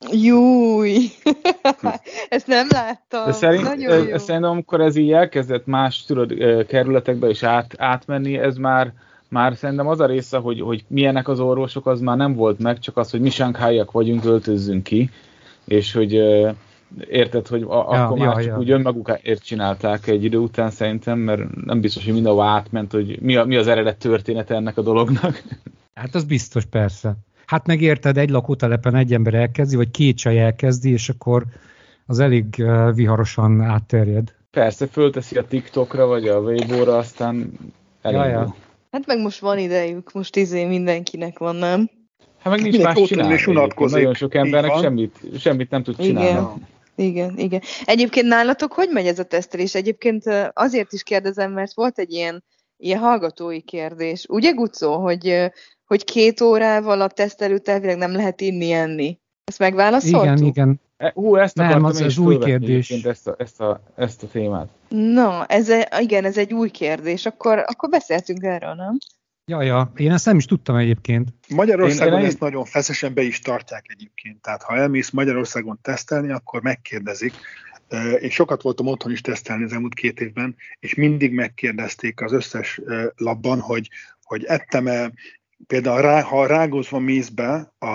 Júj! Ezt nem láttam. De szerint, Nagyon szerintem, amikor ez így elkezdett más tudod, kerületekbe is át, átmenni, ez már, már szerintem az a része, hogy, hogy milyenek az orvosok, az már nem volt meg, csak az, hogy mi Shanghaiak vagyunk, öltözzünk ki, és hogy érted, hogy a, ja, akkor ja, már csak ja. úgy önmagukért csinálták egy idő után szerintem, mert nem biztos, hogy mindenhol átment, hogy mi, a, mi az eredet története ennek a dolognak. Hát az biztos, persze. Hát megérted, egy lakótelepen egy ember elkezdi, vagy két csaj elkezdi, és akkor az elég viharosan átterjed. Persze, fölteszi a TikTokra, vagy a Weibo-ra, aztán elindul. Ja, hát meg most van idejük, most izé mindenkinek van, nem? Hát meg nincs más csinálni. Nagyon sok embernek semmit, semmit nem tud csinálni. Igen. Igen, igen. Egyébként nálatok hogy megy ez a tesztelés? Egyébként azért is kérdezem, mert volt egy ilyen, ilyen hallgatói kérdés. Ugye, Gucó, hogy, hogy két órával a teszt előtt elvileg nem lehet inni-enni? Ezt megválaszoltuk? Igen, igen. Ú, ezt nem, akartam az, én az is új kérdés. Ezt a, ezt, a, ezt a témát. Na, ez, igen, ez egy új kérdés. Akkor, akkor beszéltünk erről, nem? Ja, ja, én ezt nem is tudtam egyébként. Magyarországon én, ezt én... nagyon feszesen be is tartják egyébként. Tehát ha elmész Magyarországon tesztelni, akkor megkérdezik. Én sokat voltam otthon is tesztelni az elmúlt két évben, és mindig megkérdezték az összes labban, hogy, hogy ettem-e, például rá, ha rágózva mész be a,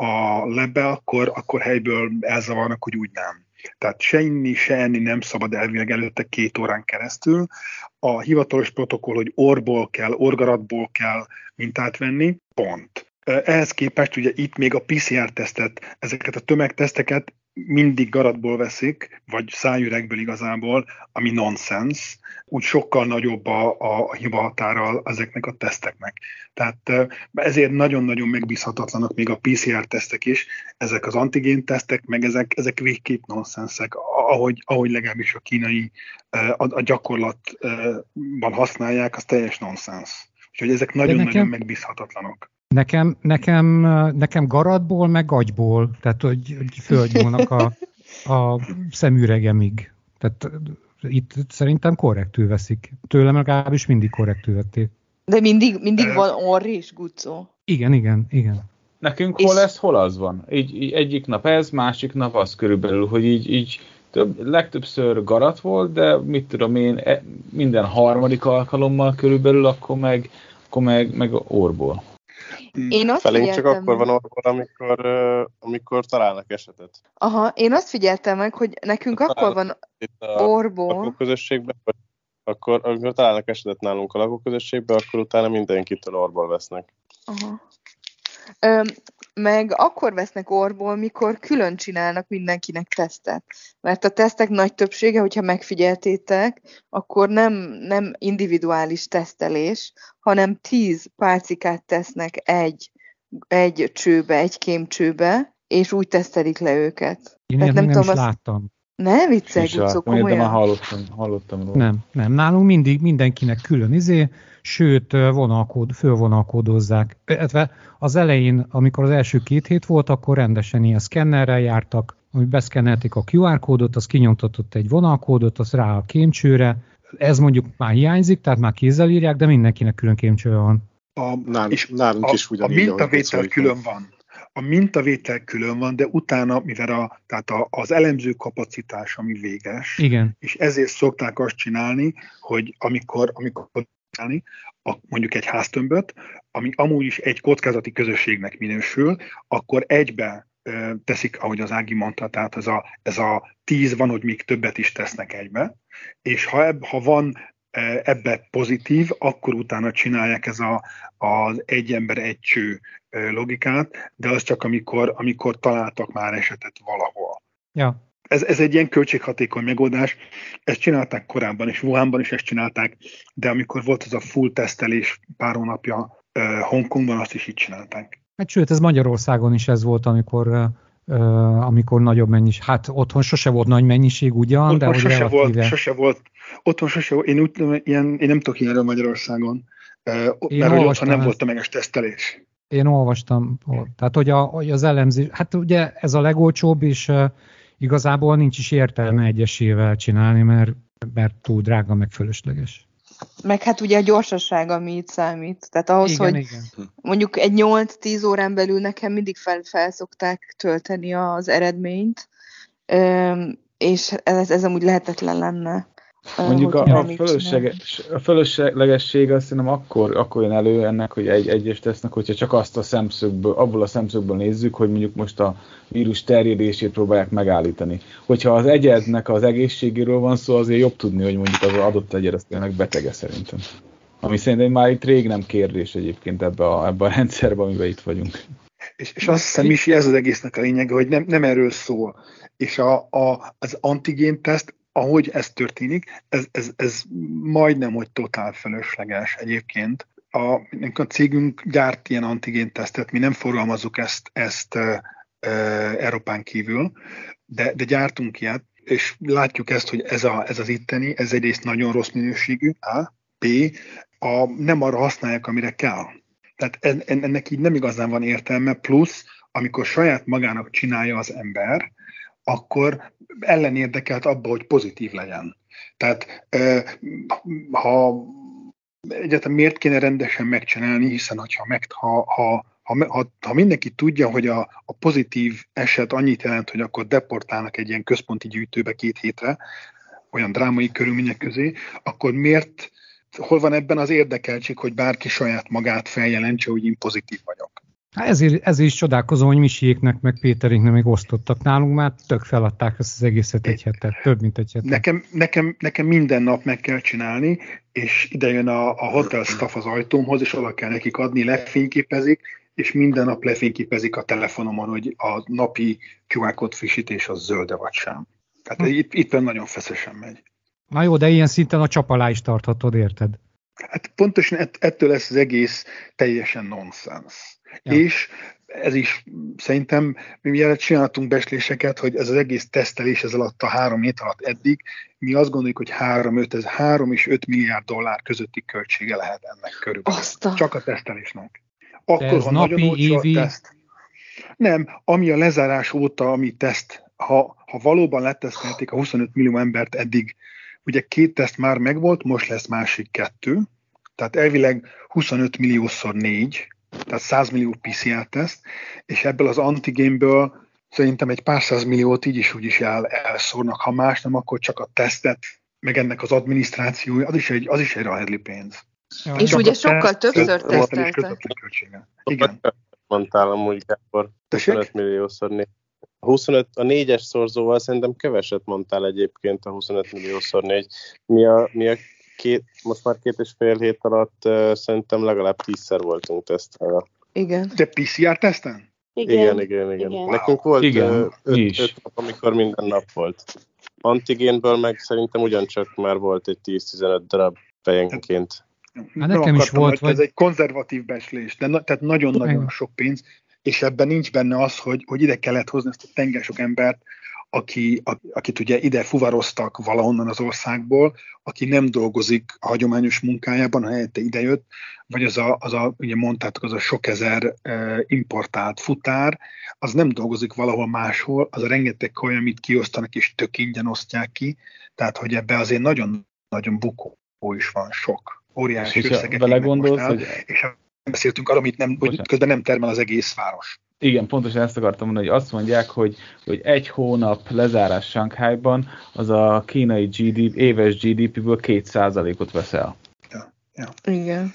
a lebbe, akkor, akkor helyből elzavarnak, hogy úgy nem. Tehát se inni, se enni nem szabad elvileg előtte két órán keresztül. A hivatalos protokoll, hogy orból kell, orgaratból kell mintát venni, pont. Ehhez képest ugye itt még a pé cé er-tesztet, ezeket a tömegteszteket mindig garatból veszik, vagy szájüregből igazából, ami nonsens. Úgy sokkal nagyobb a, a hibahatára ezeknek a teszteknek. Tehát ezért nagyon-nagyon megbízhatatlanak még a pé cé er-tesztek is, ezek az antigén-tesztek, meg ezek, ezek végképp nonsenszek, ahogy, ahogy legalábbis a kínai a, a gyakorlatban használják, az teljes nonsens. Úgyhogy ezek nagyon-nagyon nekem, megbízhatatlanok. Nekem, nekem, nekem garatból, meg agyból, tehát hogy, hogy földnyúlnak a, a szemüregemig. Tehát itt szerintem korrektül veszik. Tőlem legalábbis mindig korrektül vették. De mindig, mindig van orr is, Gucó. Igen, igen, igen. Nekünk hol ez, hol az van. Így, így egyik nap ez, másik nap az körülbelül, hogy így, így több, legtöbbször garat volt, de mit tudom én, minden harmadik alkalommal körülbelül, akkor meg, akkor meg, meg orból. Én azt Felénk figyeltem, csak akkor van orból, amikor, amikor találnak esetet. Aha, én azt figyeltem meg, hogy nekünk ha akkor van orból. A lakóközösségben, akkor, amikor találnak esetet nálunk a lakóközösségben, akkor utána mindenkitől orból vesznek. Aha. Ö, meg akkor vesznek orból, mikor külön csinálnak mindenkinek tesztet. Mert a tesztek nagy többsége, hogyha megfigyeltétek, akkor nem, nem individuális tesztelés, hanem tíz pálcikát tesznek egy, egy csőbe, egy kémcsőbe, és úgy tesztelik le őket. Én nem, nem tudom, is azt... láttam. Ne viccelj, Gucó, komolyan? De már hallottam, hallottam róla. Nem, nem. Nálunk mindig mindenkinek külön izé, sőt, vonalkód, fölvonalkódozzák. Az elején, amikor az első két hét volt, akkor rendesen ilyen szkennerrel jártak, hogy beszkennelték a kú ár kódot, az kinyomtatott egy vonalkódot, az rá a kémcsőre. Ez mondjuk már hiányzik, tehát már kézzel írják, de mindenkinek külön kémcsője van. A, nálunk, és nálunk a, is ugyanígy. A mintavétel külön van. A mintavétel külön van, de utána, mivel a, tehát a, az elemző kapacitás, ami véges, igen. És ezért szokták azt csinálni, hogy amikor, amikor a, mondjuk egy háztömböt, ami amúgy is egy kockázati közösségnek minősül, akkor egybe ö, teszik, ahogy az Ági mondta, tehát ez a, ez a tíz van, hogy még többet is tesznek egybe, és ha, eb, ha van ebbe pozitív, akkor utána csinálják ez a, az egy ember egy cső logikát, de az csak amikor, amikor találtak már esetet valahol. Ja. Ez, ez egy ilyen költséghatékony megoldás. Ezt csinálták korábban, és Wuhanban is ezt csinálták, de amikor volt ez a full tesztelés pár hónapja uh, Hongkongban, azt is így csinálták. Hát sőt, ez Magyarországon is ez volt, amikor, uh, amikor nagyobb mennyiség. Hát otthon sose volt nagy mennyiség ugyan, otthon de hogy sose relatíve... volt, sose volt. Otthon sose volt. Én, úgy, ilyen, én nem tudok ilyenről Magyarországon, uh, mert hogy otthon nem volt tömeges tesztelés. Én olvastam, tehát hogy, a, hogy az elemzés, hát ugye ez a legolcsóbb, és uh, igazából nincs is értelme egyesével csinálni, mert, mert túl drága, meg fölösleges. Meg hát ugye a gyorsaság, ami itt számít. Tehát ahhoz, igen, hogy igen. mondjuk egy nyolc-tíz órán belül nekem mindig fel, fel szokták tölteni az eredményt, és ez, ez amúgy lehetetlen lenne. Mondjuk a, a, fölösleges, a fölöslegesség azt hiszem akkor, akkor jön elő ennek, hogy egy egyes tesznek, hogyha csak azt a szemszögből, abból a szemszögből nézzük, hogy mondjuk most a vírus terjedését próbálják megállítani. Hogyha az egyednek az egészségéről van szó, azért jobb tudni, hogy mondjuk az adott egyed az tényleg betege szerintem. Ami szerintem már itt rég nem kérdés egyébként ebbe a, ebbe a rendszerbe, amiben itt vagyunk. És, és azt hiszem is, ez az egésznek a lényege, hogy nem, nem erről szól. És a, a, az antigénteszt, ahogy ez történik, ez, ez, ez majdnem, hogy totál fölösleges egyébként. A, a cégünk gyárt ilyen antigéntesztet, mi nem forgalmazzuk ezt, ezt e, e, Európán kívül, de, de gyártunk ilyet, és látjuk ezt, hogy ez, a, ez az itteni, ez egyrészt nagyon rossz minőségű, A, B, a, nem arra használják, amire kell. Tehát en, ennek így nem igazán van értelme, plusz, amikor saját magának csinálja az ember, akkor ellenérdekelt abba, hogy pozitív legyen. Tehát ha egyáltalán miért kéne rendesen megcsinálni, hiszen hogyha meg, ha, ha, ha, ha, ha mindenki tudja, hogy a, a pozitív eset annyit jelent, hogy akkor deportálnak egy ilyen központi gyűjtőbe két hétre, olyan drámai körülmények közé, akkor miért, hol van ebben az érdekeltség, hogy bárki saját magát feljelentse, hogy én pozitív vagyok? Hát ezért, ezért is csodálkozom, hogy Misiéknek, meg Péteréknek még osztottak nálunk, már tök feladták ezt az egészet egy hetet, több mint egy hetet. Nekem, nekem, nekem minden nap meg kell csinálni, és ide jön a, a hotel staff az ajtómhoz, és oda kell nekik adni, lefényképezik, és minden nap lefényképezik a telefonomon, hogy a napi kú ár kód frissítés az zölde vagy sem. Tehát hm. itt, itt nagyon feszesen megy. Na jó, de ilyen szinten a csap alá is tarthatod, érted? Hát pontosan ett, ettől lesz az egész teljesen nonsens. Ja. És ez is szerintem, mi mielőtt csináltunk becsléseket, hogy ez az egész tesztelés ez alatt a három hét alatt eddig, mi azt gondoljuk, hogy három és öt milliárd dollár közötti költsége lehet ennek körülbelül. Aztán. Csak a tesztelésnek. Akkor, ha nagyon olcsó a teszt. Nem, ami a lezárás óta, ami teszt, ha, ha valóban letesztelték a huszonöt millió embert eddig, ugye két teszt már megvolt, most lesz másik kettő, tehát elvileg huszonöt milliószor négy, tehát száz millió pé cé er-teszt, és ebből az antigénből szerintem egy pár százmilliót így is úgy is el, elszórnak, ha más nem, akkor csak a tesztet, meg ennek az adminisztrációja, az is egy, az is egy rahedli pénz. Ja, és ugye sokkal többször tesztelte. Igen. Mondtál amúgy, Gábor, huszonöt milliószor négy. A, huszonöt, a négyes szorzóval szerintem keveset mondtál egyébként a huszonöt milliószor négy. Mi a, mi a két, most már két és fél hét alatt uh, szerintem legalább tízszer voltunk tesztelve. Igen. De pé cé er-teszten? Igen, igen, igen. igen. igen. Nekünk volt igen, uh, öt, öt nap, amikor minden nap volt. Antigénből meg szerintem ugyancsak már volt egy tíz-tizenöt darab fejenként. Hát nekem is volt, vagy... Ez egy konzervatív becslés, de na, tehát nagyon-nagyon sok pénz, és ebben nincs benne az, hogy, hogy ide kellett hozni ezt a tenger sok embert, aki, a, akit ugye ide fuvaroztak valahonnan az országból, aki nem dolgozik a hagyományos munkájában, ha helyette idejött, vagy az a, az a ugye mondtátok, az a sok ezer e, importált futár, az nem dolgozik valahol máshol, az a rengeteg kaja, amit kiosztanak, és tök ingyen osztják ki, tehát hogy ebbe azért nagyon-nagyon bukó is van, sok. Óriási összegek belegondolsz, el, hogy... és beszéltünk arról, amit nem, hogy közben nem termel az egész város. Igen, pontosan ezt akartam mondani, hogy azt mondják, hogy, hogy egy hónap lezárás Sanghajban az a kínai gé dé pé, éves gé dé péből két százalékot vesz el. Ja, ja. Igen.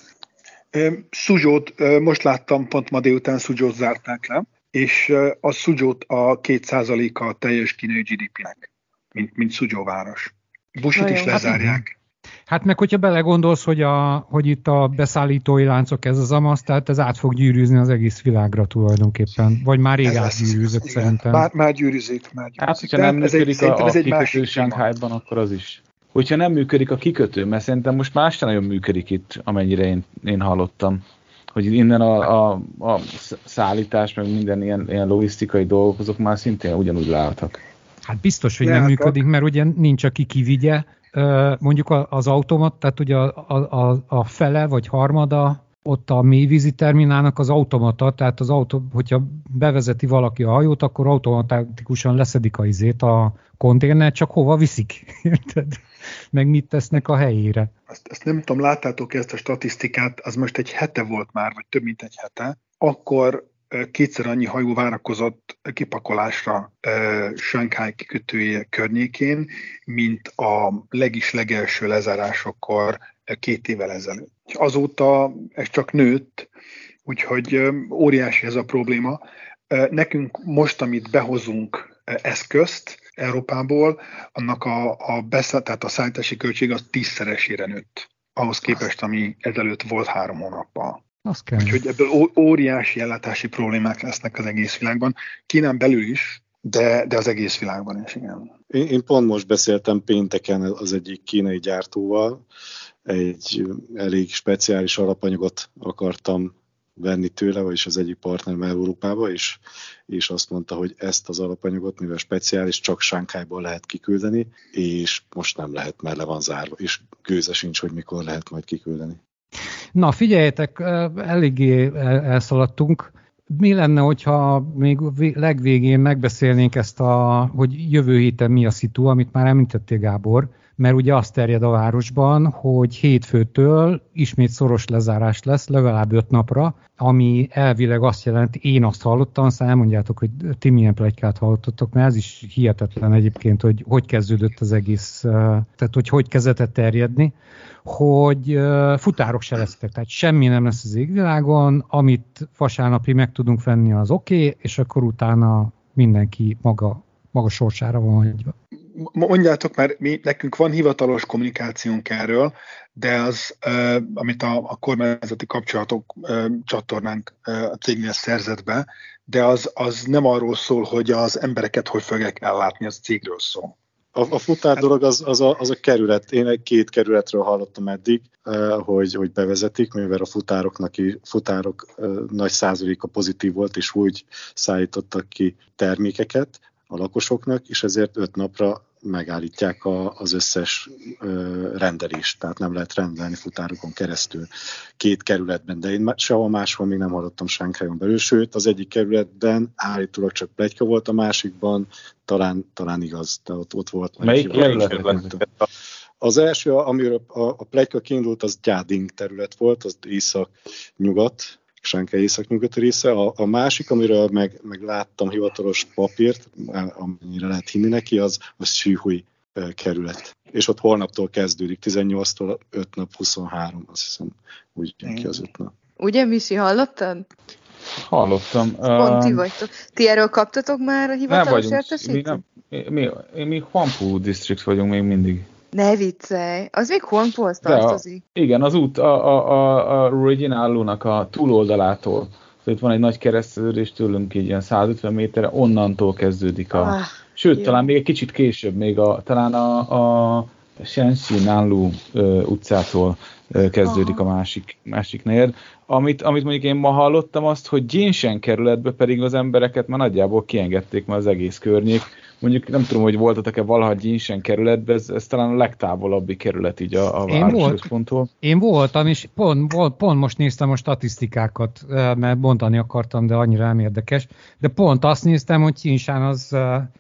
Szuzsót, most láttam, pont ma délután Szuzsót zárták le, és a Szuzsót a két százaléka a teljes kínai gé dé pének, mint, mint Szuzsó város. Busit is lezárják. Hát meg, hogyha belegondolsz, hogy, a, hogy itt a beszállítói láncok ez az amaz, tehát ez át fog gyűrűzni az egész világra tulajdonképpen. Vagy már rég átgyűrűzött szerintem. Már, már gyűrűzik, már gyűrűzik. Hát, hogyha nem működik egy, a, a kikötő Sanghajban, akkor az is. Hogyha nem működik a kikötő, mert szerintem most más sem nagyon működik itt, amennyire én, én hallottam. Hogy innen a, a, a szállítás, meg minden ilyen, ilyen logisztikai dolgok, azok már szintén ugyanúgy leálltak. Hát biztos, hogy nem működik, mert ugye nincs, aki kivigye. Mondjuk az automat, tehát ugye a, a, a fele vagy harmada ott a mélyvízi terminálnak az automata, tehát az autó, hogyha bevezeti valaki a hajót, akkor automatikusan leszedik a izét, a konténert, csak hova viszik, érted? Meg mit tesznek a helyére. Azt, azt nem tudom, láttátok ezt a statisztikát, az most egy hete volt már, vagy több mint egy hete, akkor kétszer annyi hajó várakozott kipakolásra uh, Sanghaj kikötője környékén, mint a legis legelső lezárásokkor uh, két évvel ezelőtt. Azóta ez csak nőtt, úgyhogy uh, óriási ez a probléma. Uh, nekünk most, amit behozunk uh, eszközt Európából, annak a, a, beszáll, tehát a szállítási költség az tízszeresére nőtt, ahhoz képest, ami ezelőtt volt három hónappal. Úgyhogy ebből óriási ellátási problémák lesznek az egész világban. Kínán belül is, de, de az egész világban is, igen. Én, én pont most beszéltem pénteken az egyik kínai gyártóval. Egy elég speciális alapanyagot akartam venni tőle, vagyis az egyik partnerem Európába, és, és azt mondta, hogy ezt az alapanyagot, mivel speciális, csak Sanghajból lehet kiküldeni, és most nem lehet, mert le van zárva, és gőze sincs, hogy mikor lehet majd kiküldeni. Na figyeljetek, eléggé elszaladtunk. Mi lenne, hogyha még legvégén megbeszélnénk ezt, a, hogy jövő héten mi a szitu, amit már említettél, Gábor, mert ugye azt terjed a városban, hogy hétfőtől ismét szoros lezárás lesz, legalább öt napra, ami elvileg azt jelenti, én azt hallottam, aztán elmondjátok, hogy ti milyen pletykát hallottatok, mert ez is hihetetlen egyébként, hogy hogy kezdődött az egész, tehát hogy hogy kezdett terjedni, hogy futárok se lesztek, tehát semmi nem lesz az égvilágon, amit vasárnapig meg tudunk venni, az oké, okay, és akkor utána mindenki maga, maga sorsára van hagyva. Mondjátok, mert mi, nekünk van hivatalos kommunikációnk erről, de az, uh, amit a, a kormányzati kapcsolatok uh, csatornánk uh, a cégnél szerzett be, de az, az nem arról szól, hogy az embereket hogy fogják ellátni, az cégről szól. A, a futár dolog az, az, a, az a kerület. Én egy két kerületről hallottam eddig, hogy, hogy bevezetik, mivel a futároknak futárok nagy százaléka pozitív volt, és úgy szállítottak ki termékeket a lakosoknak, és ezért öt napra megállítják a, az összes ö, rendelést, tehát nem lehet rendelni futárokon keresztül két kerületben, de én sehol máshol még nem hallottam Shanghaion belül, sőt az egyik kerületben állítólag csak pletyka volt, a másikban talán, talán igaz, de ott, ott volt. Melyik kerület? Az első, amiről a, a pletyka kiindult, az Jiading terület volt, az észak-nyugat, Shanghai észak-nyugati része. A, a másik, amiről meg, meg láttam hivatalos papírt, amennyire lehet hinni neki, az a Xinhui kerület. És ott holnaptól kezdődik, tizennyolctól öt nap, huszonhárom, azt hiszem, úgy jön ki az öt nap. Ugye, Misi, hallottad? Hallottam. Pont ti vagytok. Ti erről kaptatok már a hivatalos értesítést? Mi, mi, mi, mi Huangpu District vagyunk még mindig. Ne viccelj, az még Huangpuhoz tartozik. A, igen, az út a, a, a, a Reginalu-nak a túloldalától. Szóval itt van egy nagy kereszteződés tőlünk, így ilyen százötven méterre, onnantól kezdődik a... Ah, sőt, jó. Talán még egy kicsit később, még a, talán a, a Shenxi-Nanlu utcától kezdődik Aha. a másik, másik negyed. Amit, amit mondjuk én ma hallottam azt, hogy Jinshen kerületbe pedig az embereket már nagyjából kiengedték már az egész környék. Mondjuk nem tudom, hogy voltatok-e valaha Jinshen kerületben, ez, ez talán a legtávolabbi kerület így a, a városközponttól. Én voltam, és pont, pont most néztem a statisztikákat, mert mondani akartam, de annyira nem érdekes. De pont azt néztem, hogy Jinshen az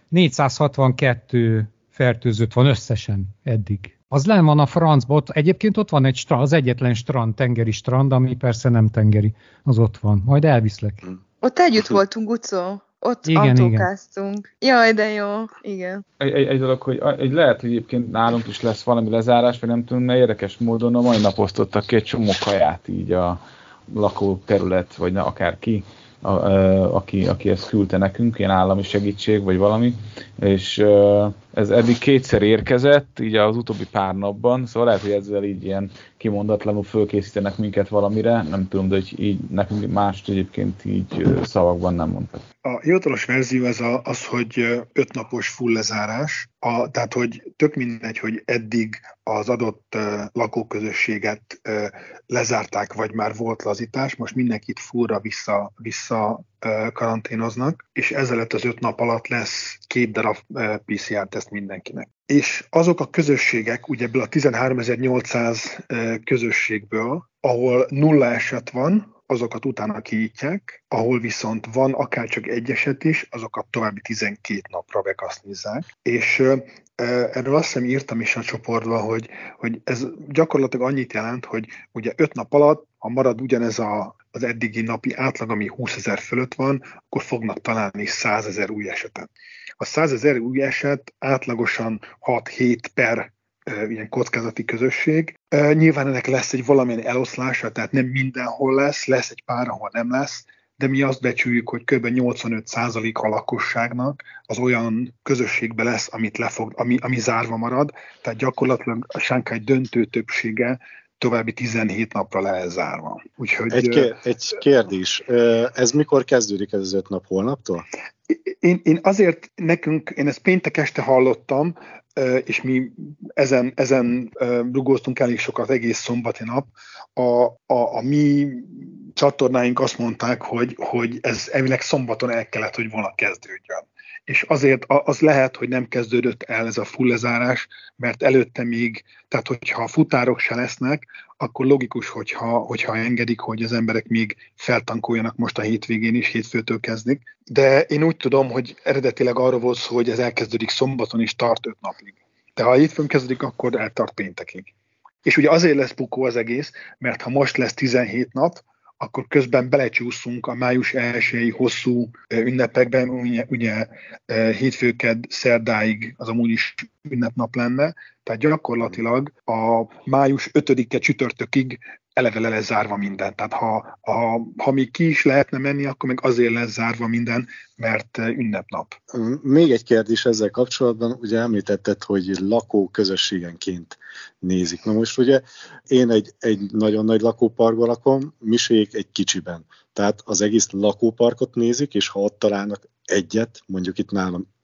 négyszázhatvankettő fertőzött van összesen eddig. Az lenn van a francban, ott, egyébként ott van egy strand, az egyetlen strand, tengeri strand, ami persze nem tengeri, az ott van. Majd elviszlek. Ott együtt voltunk, Gucó. Ott igen, autókáztunk. Igen. Jaj, de jó. Igen. Egy, egy, egy dolog, hogy egy, lehet, hogy egyébként nálunk is lesz valami lezárás, vagy nem tudom, mert érdekes módon a mai nap osztottak ki egy csomó kaját így a lakóterület, vagy na, akár ki, a, a, aki, aki ezt küldte nekünk, ilyen állami segítség, vagy valami, és ez eddig kétszer érkezett, így az utóbbi pár napban, szóval lehet, hogy ezzel így ilyen kimondatlanul fölkészítenek minket valamire, nem tudom, de hogy így nekünk mást egyébként így szavakban nem mondtak. A hivatalos verzió ez a, az, hogy öt napos full lezárás, a, tehát hogy tök mindegy, hogy eddig az adott uh, lakóközösséget uh, lezárták, vagy már volt lazítás, most mindenkit fullra vissza, vissza uh, karanténoznak, és ezelőtt az öt nap alatt lesz két darab uh, pé cé er-teszt mindenkinek. És azok a közösségek, ugye ebből a tizenháromezer-nyolcszáz uh, közösségből, ahol nulla eset van, azokat utána kinyitják, ahol viszont van akár csak egy eset is, azokat további tizenkét napra bekasznizzák. És uh, erről azt hiszem írtam is a csoportban, hogy, hogy ez gyakorlatilag annyit jelent, hogy ugye öt nap alatt, ha marad ugyanez a, az eddigi napi átlag, ami húszezer fölött van, akkor fognak találni százezer új esetet. A százezer új eset átlagosan hat-hét per ilyen kockázati közösség. Nyilván ennek lesz egy valamilyen eloszlása, tehát nem mindenhol lesz, lesz egy pár, ahol nem lesz, de mi azt becsüljük, hogy kb. nyolcvanöt százalék a lakosságnak az olyan közösségbe lesz, amit lefog, ami, ami zárva marad, tehát gyakorlatilag a Shanghai döntő többsége további tizenhét napra le lesz zárva. Úgyhogy, egy, kér, egy kérdés, ez mikor kezdődik ez az öt nap, holnaptól? Én, én azért nekünk, én ezt péntek este hallottam, és mi ezen, ezen rugóztunk elég sokat egész szombati nap. A, a, a mi csatornáink azt mondták, hogy, hogy ez elvileg szombaton el kellett, hogy volna kezdődjön. És azért az lehet, hogy nem kezdődött el ez a full lezárás, mert előtte még, tehát hogyha a futárok se lesznek, akkor logikus, hogyha, hogyha engedik, hogy az emberek még feltankoljanak most a hétvégén is, hétfőtől kezdik. De én úgy tudom, hogy eredetileg arról volt szó, hogy ez elkezdődik szombaton és tart öt napig. De ha a hétfőn kezdődik, akkor eltart péntekig. És ugye azért lesz bukó az egész, mert ha most lesz tizenhét nap, akkor közben belecsúszunk a május elsői hosszú ünnepekben, ugye, ugye hétfőked szerdáig az amúgy is ünnepnap lenne, tehát gyakorlatilag a május ötödike csütörtökig eleve le lesz zárva minden. Tehát ha, ha, ha még ki is lehetne menni, akkor meg azért lesz zárva minden, mert ünnepnap. Még egy kérdés ezzel kapcsolatban, ugye említetted, hogy lakóközösségenként nézik. Na most ugye én egy, egy nagyon nagy lakóparkban lakom, Misék egy kicsiben. Tehát az egész lakóparkot nézik, és ha ott találnak egyet, mondjuk itt nálam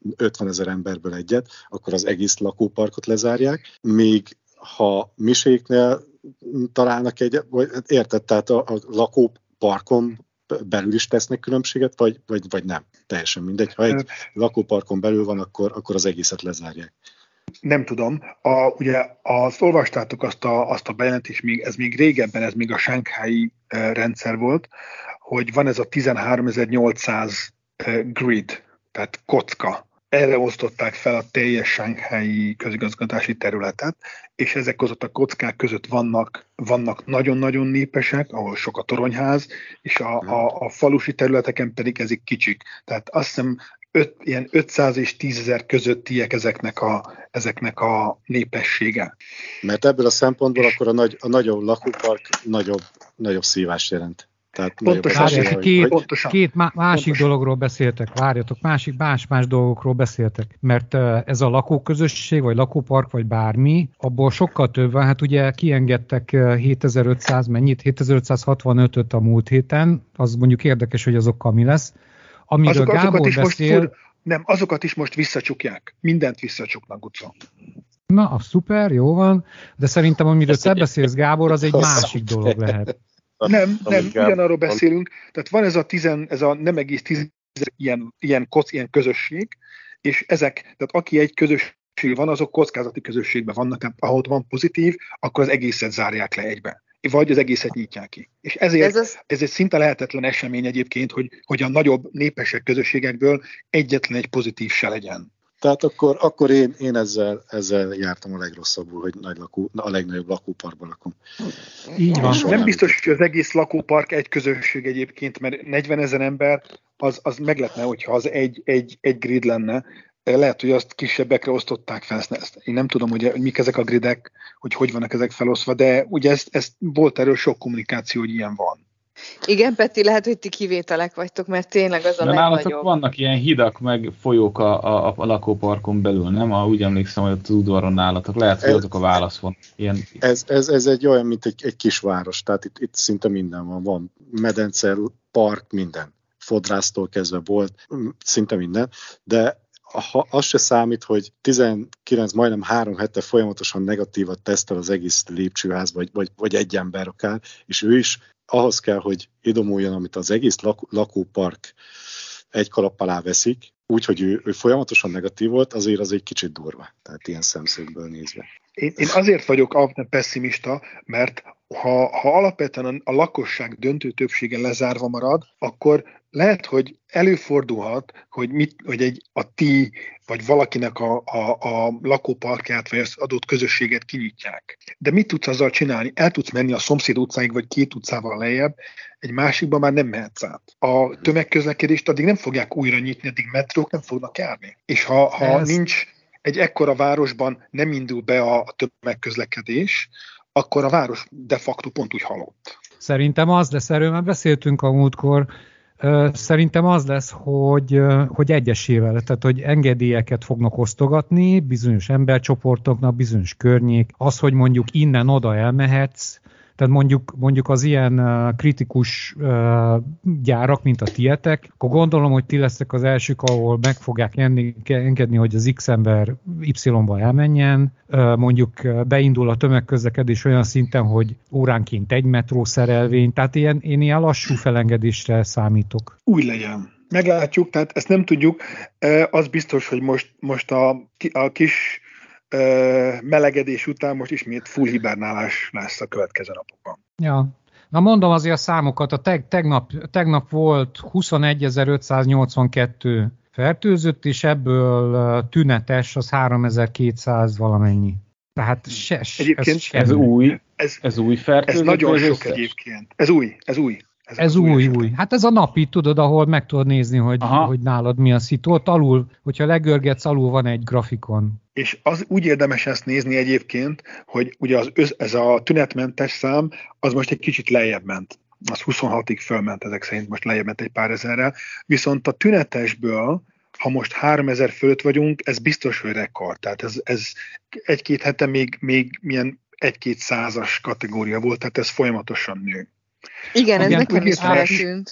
ötvenezer emberből egyet, akkor az egész lakóparkot lezárják, míg ha miséknél találnak egy, vagy érted, tehát a, a lakóparkon belül is tesznek különbséget, vagy, vagy, vagy nem. Teljesen mindegy. Ha egy lakóparkon belül van, akkor, akkor az egészet lezárják. Nem tudom. A, ugye azt olvastátok azt a, azt a bejelentést, még, ez még régebben, ez még a shanghai uh, rendszer volt, hogy van ez a tizenháromezer-nyolcszáz uh, grid, tehát kocka. Erre osztották fel a teljes shanghai közigazgatási területet, és ezek között a kockák között vannak, vannak nagyon-nagyon népesek, ahol sok a toronyház, és a, a, a falusi területeken pedig ezek kicsik. Tehát azt hiszem, öt, ilyen ötszáz és tízezer közöttiek ezeknek a, ezeknek a népessége. Mert ebből a szempontból akkor a, nagy, a nagyobb lakópark nagyobb, nagyobb szívást jelent. Tehát pontosan, várjátok, két, pontosan, két má, másik pontosan. dologról beszéltek, várjatok, másik, más-más dolgokról beszéltek, mert ez a lakóközösség, vagy lakópark, vagy bármi, abból sokkal több van, hát ugye kiengedtek hétezer-ötszáz, mennyit? hétezer-ötszázhatvanötöt a múlt héten, az mondjuk érdekes, hogy azokkal mi lesz. Amiről Azok, Gábor azokat is beszél... most, nem, azokat is most visszacsukják. Mindent visszacsuknak, Gucó. Na, az szuper, jó van, de szerintem amiről te beszélsz, Gábor, az egy másik dolog lehet. Nem, nem, ugyanarról beszélünk. Tehát van ez a, tizen, ez a nem egész tízezer ilyen, ilyen, koc, ilyen közösség, és ezek, tehát aki egy közösség van, azok kockázati közösségben vannak, tehát ahol van pozitív, akkor az egészet zárják le egybe. Vagy az egészet nyitják ki. És ezért ez, az... ez egy szinte lehetetlen esemény egyébként, hogy, hogy a nagyobb népesek közösségekből egyetlen egy pozitív se legyen. Tehát akkor, akkor én, én ezzel, ezzel jártam a legrosszabbul, hogy nagy lakó, a legnagyobb lakóparkban lakom. Így van. Nem biztos, hogy az egész lakópark egy közösség egyébként, mert negyvenezer ember, az, az meglepne, hogyha az egy, egy, egy grid lenne. Lehet, hogy azt kisebbekre osztották fel. Ezt. Én nem tudom, hogy, hogy mik ezek a gridek, hogy hogy vannak ezek felosztva, de ugye ez, ez volt erről sok kommunikáció, hogy ilyen van. Igen, Peti, lehet, hogy ti kivételek vagytok, mert tényleg az a de legnagyobb. Nálatok vannak ilyen hidak, meg folyók a, a, a lakóparkon belül, nem? Ha úgy emlékszem, hogy az udvaron nálatok. Lehet, hogy azok a válasz van. Ilyen... Ez, ez, ez egy olyan, mint egy, egy kisváros, tehát itt, itt szinte minden van. Van medence, park, minden. Fodrásztól kezdve bolt, szinte minden, de ha az se számít, hogy tizenkilenc, majdnem három hete folyamatosan negatívat tesztel az egész lépcsőház, vagy, vagy, vagy egy ember akár, és ő is ahhoz kell, hogy idomuljon, amit az egész lakó, lakópark egy kalap alá veszik, úgyhogy ő, ő folyamatosan negatív volt, azért az egy kicsit durva, tehát ilyen szemszögből nézve. Én, én azért vagyok pessimista, mert ha, ha alapvetően a lakosság döntő többsége lezárva marad, akkor lehet, hogy előfordulhat, hogy, mit, hogy egy, a ti, vagy valakinek a, a, a lakóparkját, vagy az adott közösséget kinyitják. De mit tudsz azzal csinálni? El tudsz menni a szomszéd utcáig, vagy két utcával lejjebb, egy másikban már nem mehetsz át. A tömegközlekedést addig nem fogják újra nyitni, addig metrók nem fognak járni. És ha, ha nincs egy ekkora városban, nem indul be a tömegközlekedés, akkor a város de facto pont úgy halott. Szerintem az lesz, erről már beszéltünk a múltkor, szerintem az lesz, hogy, hogy egyesével, tehát hogy engedélyeket fognak osztogatni bizonyos embercsoportoknak, bizonyos környék, az, hogy mondjuk innen-oda elmehetsz, tehát mondjuk, mondjuk az ilyen uh, kritikus uh, gyárak, mint a tietek, akkor gondolom, hogy ti lesztek az elsők, ahol meg fogják engedni, hogy az X ember Y-ba elmenjen. Uh, mondjuk uh, beindul a tömegközlekedés olyan szinten, hogy óránként egy metrószerelvény, tehát ilyen, én ilyen lassú felengedésre számítok. Úgy legyen. Meglátjuk, tehát ezt nem tudjuk. Uh, az biztos, hogy most, most a, a kis melegedés után most ismét full hibernálás lesz a következő napokban. Ja. Na mondom azért a számokat, a teg, tegnap, tegnap volt huszonegyezer-ötszáznyolcvankettő fertőzött, és ebből tünetes az háromezer-kétszáz valamennyi. Tehát se, egyébként ez, ez új, ez, ez új fertőzött. Ez nagyon sok összes? Egyébként. Ez új, ez új. Ez, ez új, új, új. Hát ez a napi, tudod, ahol meg tudod nézni, hogy, hogy nálad mi a szitu. Ott alul, hogyha legörgetsz, alul van egy grafikon. És az úgy érdemes ezt nézni egyébként, hogy ugye az össz, ez a tünetmentes szám, az most egy kicsit lejjebb ment. Az huszonhatig fölment ezek szerint, most lejjebb ment egy pár ezerrel. Viszont a tünetesből, ha most háromezer fölött vagyunk, ez biztos, hogy rekord. Tehát ez, ez egy-két hete még, még milyen egy-két százas kategória volt, tehát ez folyamatosan nő. Igen, ez nekem is feltűnt.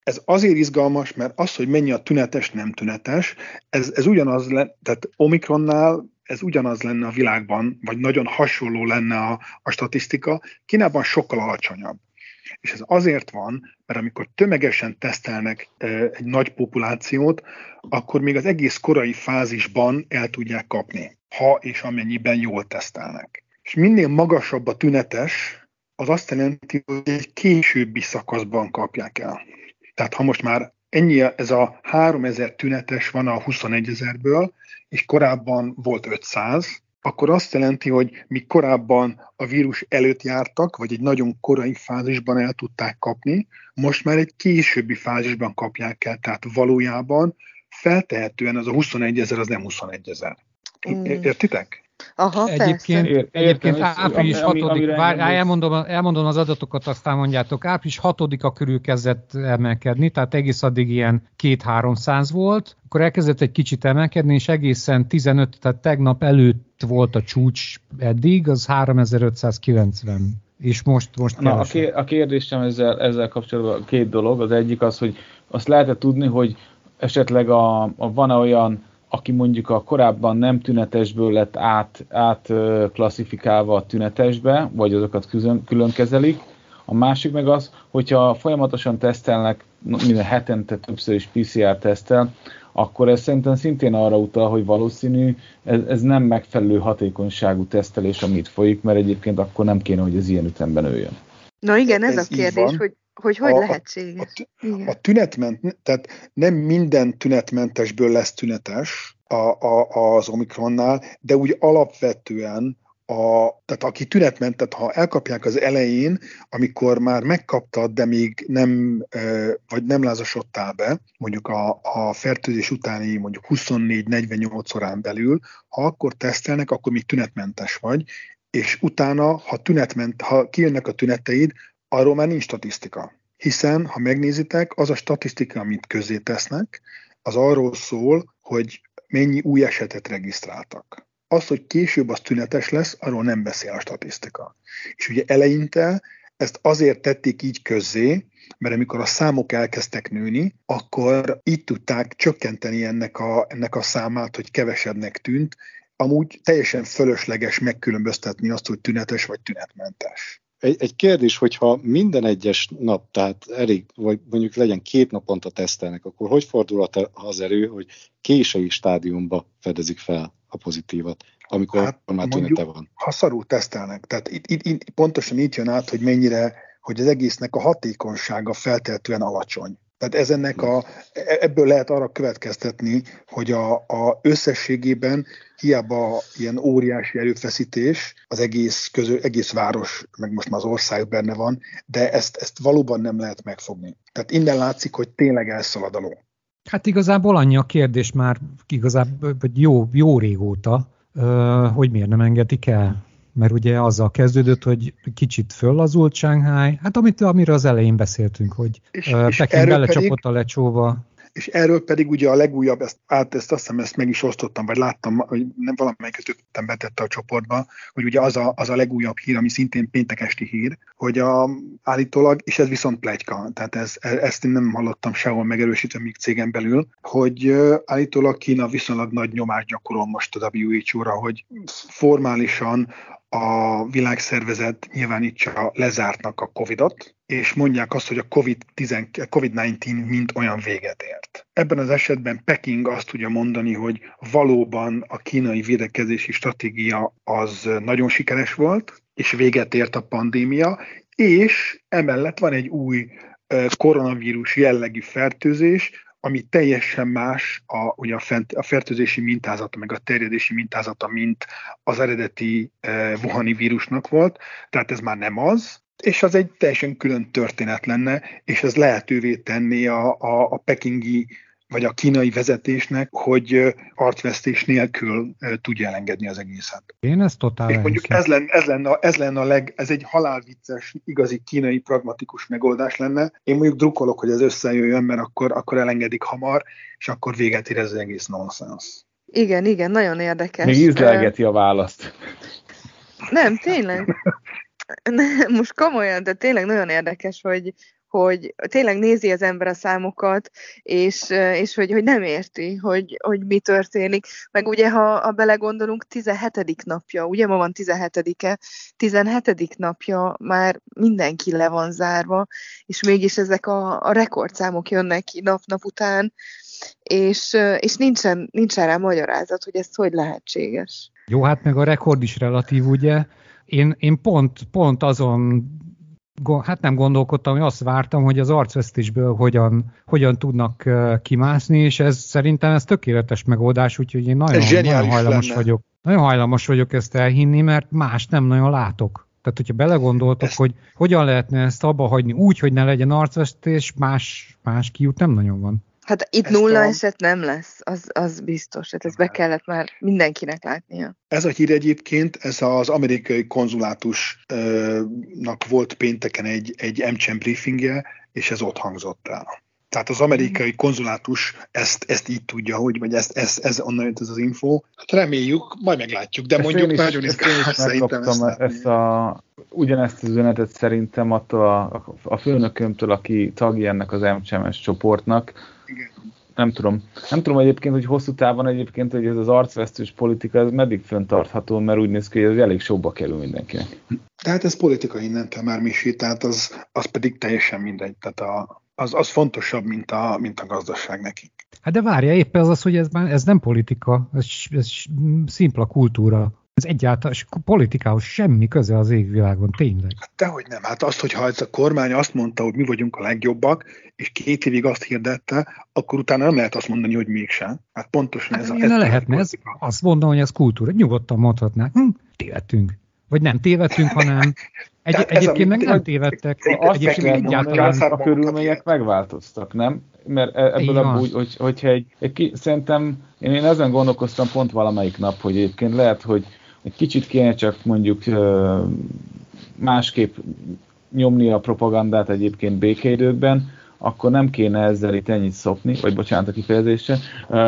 Ez azért izgalmas, mert az, hogy mennyi a tünetes, nem tünetes, ez, ez ugyanaz, le, tehát Omikronnál ez ugyanaz lenne a világban, vagy nagyon hasonló lenne a, a statisztika, Kínában sokkal alacsonyabb. És ez azért van, mert amikor tömegesen tesztelnek egy nagy populációt, akkor még az egész korai fázisban el tudják kapni, ha és amennyiben jól tesztelnek. És minél magasabb a tünetes, az azt jelenti, hogy egy későbbi szakaszban kapják el. Tehát ha most már ennyi, ez a háromezer tünetes van a huszonegyezerből, és korábban volt ötszáz, akkor azt jelenti, hogy míg korábban a vírus előtt jártak, vagy egy nagyon korai fázisban el tudták kapni, most már egy későbbi fázisban kapják el, tehát valójában feltehetően az a huszonegyezer az nem huszonegyezer. Értitek? Aha, egyébként persze. egyébként április hatodika, elmondom, elmondom az adatokat, aztán mondjátok, április hatodika körül kezdett emelkedni, tehát egész addig ilyen két-háromszáz volt, akkor elkezdett egy kicsit emelkedni, és egészen tizenöt, tehát tegnap előtt volt a csúcs eddig, az háromezer-ötszázkilencven. És most, most Na, a kérdésem ezzel, ezzel kapcsolatban két dolog. Az egyik az, hogy azt lehet tudni, hogy esetleg a, a van olyan, aki mondjuk a korábban nem tünetesből lett át, át klasszifikálva a tünetesbe, vagy azokat külön, külön kezelik. A másik meg az, hogyha folyamatosan tesztelnek, minden hetente többször is pé cé er tesztel, akkor ez szerintem szintén arra utal, hogy valószínű, ez, ez nem megfelelő hatékonyságú tesztelés, amit folyik, mert egyébként akkor nem kéne, hogy ez ilyen ütemben öljön. Na igen, ez, ez a kérdés, hogy hogy, hogy a, lehetséges. A, a, a tünetment, tehát nem minden tünetmentesből lesz tünetes a, a, az Omikronnál, de úgy alapvetően A, tehát aki tünetment, tehát ha elkapják az elején, amikor már megkaptad, de még nem, vagy nem lázasodtál be, mondjuk a, a fertőzés utáni mondjuk huszonnégy-negyvennyolc órán belül, ha akkor tesztelnek, akkor még tünetmentes vagy, és utána, ha, tünetment, ha kijönnek a tüneteid, arról már nincs statisztika. Hiszen, ha megnézitek, az a statisztika, amit közzé tesznek, az arról szól, hogy mennyi új esetet regisztráltak. Az, hogy később az tünetes lesz, arról nem beszél a statisztika. És ugye eleinte ezt azért tették így közzé, mert amikor a számok elkezdtek nőni, akkor így tudták csökkenteni ennek a, ennek a számát, hogy kevesebbnek tűnt. Amúgy teljesen fölösleges megkülönböztetni azt, hogy tünetes vagy tünetmentes. Egy, egy kérdés, hogyha minden egyes nap, tehát elég, vagy mondjuk legyen két naponta tesztelnek, akkor hogy fordulhat az elő, hogy késői stádiumba fedezik fel a pozitívat, amikor hát, már tünete van? Ha szarul tesztelnek. Tehát itt, itt, itt, pontosan itt jön át, hogy mennyire, hogy az egésznek a hatékonysága feltehetően alacsony. Tehát ez ennek a, ebből lehet arra következtetni, hogy a, a összességében hiába ilyen óriási erőfeszítés, az egész, közül, egész város, meg most már az ország benne van, de ezt, ezt valóban nem lehet megfogni. Tehát innen látszik, hogy tényleg elszalad a ló. Hát igazából annyi a kérdés már igazából jó, jó régóta, hogy miért nem engedik el. Mert ugye azzal kezdődött, hogy kicsit föllazult Shanghai, hát amit, amiről az elején beszéltünk, hogy Peking belecsapott a lecsóba. És erről pedig ugye a legújabb, ezt, át, ezt azt hiszem, ezt meg is osztottam, vagy láttam, hogy nem valamelyiket betette a csoportba, hogy ugye az a, az a legújabb hír, ami szintén péntek esti hír, hogy a, állítólag, és ez viszont pletyka, tehát ez, ezt én nem hallottam sehol megerősítve még cégen belül, hogy állítólag Kína viszonylag nagy nyomást gyakorol most a dupla vé há ó-ra, hogy formálisan a világszervezet nyilvánítsa lezártnak a Covidot, és mondják azt, hogy a kovid tizenkilenc mint olyan véget ért. Ebben az esetben Peking azt tudja mondani, hogy valóban a kínai védekezési stratégia az nagyon sikeres volt, és véget ért a pandémia, és emellett van egy új koronavírus jellegű fertőzés, ami teljesen más a, ugye a, fent, a fertőzési mintázata, meg a terjedési mintázata, mint az eredeti eh, Wuhani vírusnak volt. Tehát ez már nem az, és az egy teljesen külön történet lenne, és ez lehetővé tenni a, a, a pekingi vagy a kínai vezetésnek, hogy arcvesztés nélkül tudja elengedni az egészet. Én ezt totál és mondjuk ez lenne, ez, lenne, ez lenne a leg, ez egy halálvicces, igazi kínai pragmatikus megoldás lenne. Én mondjuk drukkolok, hogy ez összejöjjön, mert akkor, akkor elengedik hamar, és akkor véget ér ez az egész nonsense. Igen, igen, nagyon érdekes. Még ízlelgeti a választ. Nem, tényleg. Nem, most komolyan, de tényleg nagyon érdekes, hogy hogy tényleg nézi az ember a számokat, és, és hogy, hogy nem érti, hogy, hogy mi történik. Meg ugye, ha, ha belegondolunk, tizenhetedik napja, ugye ma van tizenhetedike, tizenhetedik napja már mindenki le van zárva, és mégis ezek a, a rekordszámok jönnek ki nap-nap után, és, és nincsen, nincsen rá magyarázat, hogy ez hogy lehetséges. Jó, hát meg a rekord is relatív, ugye? Én, én pont, pont azon, hát nem gondolkodtam, hogy azt vártam, hogy az arcvesztésből hogyan, hogyan tudnak kimászni, és ez szerintem ez tökéletes megoldás, úgyhogy én nagyon, nagyon hajlamos lenne. vagyok. Nagyon hajlamos vagyok ezt elhinni, mert más nem nagyon látok. Tehát, hogyha belegondoltak, ezt... hogy hogyan lehetne ezt abba hagyni úgy, hogy ne legyen arcvesztés, más, más kiút nem nagyon van. Hát itt ezt nulla a... eset nem lesz, az, az biztos. Hát ezt be kellett már mindenkinek látnia. Ez a hír egyébként, ez az amerikai konzulátusnak volt pénteken egy, egy em cé em briefingje, és ez ott hangzott el. Tehát az amerikai konzulátus ezt, ezt így tudja, hogy vagy ezt, ezt, ez onnan jött ez az info. Hát reméljük, majd meglátjuk, de ezt mondjuk is, nagyon izgalmas szerintem ezt, ezt a, ugyanezt az üzenetet szerintem attól a, a főnökömtől, aki tagja ennek az em cé em-es csoportnak. Igen. Nem tudom. Nem tudom egyébként, hogy hosszú távon egyébként, hogy ez az arcvesztős politika, ez meddig fenntartható, mert úgy néz ki, hogy ez elég sokba kerül mindenkinek. Tehát ez politika innentől már, Misi, tehát az, az pedig teljesen mindegy. Tehát a, az, az fontosabb, mint a, mint a gazdaság nekik. Hát de várja, éppen az az, hogy ez, ez nem politika, ez, ez szimpla kultúra. Ez egyáltalán politikához semmi köze az égvilágon, tényleg. Hát dehogy nem. Hát azt, hogyha ez a kormány azt mondta, hogy mi vagyunk a legjobbak, és két évig azt hirdette, akkor utána nem lehet azt mondani, hogy mégsem. Hát pontosan hát ez a... Ne lehetne, ez, azt mondom, hogy ez kultúra. Nyugodtan mondhatnák. Hm, tévedtünk. Vagy nem tévedtünk, hanem egy, egyébként meg nem tévedtek. Egyébként egyáltalán a körülmények megváltoztak, nem? Mert ebből abból, hogy, hogy, hogyha egy, egy szerintem, én, én ezen gondolkoztam pont valamelyik nap, hogy egyébként lehet, hogy egy kicsit kéne csak mondjuk másképp nyomni a propagandát egyébként békeidőkben, akkor nem kéne ezzel itt ennyit szopni, vagy bocsánat a kifejezésre,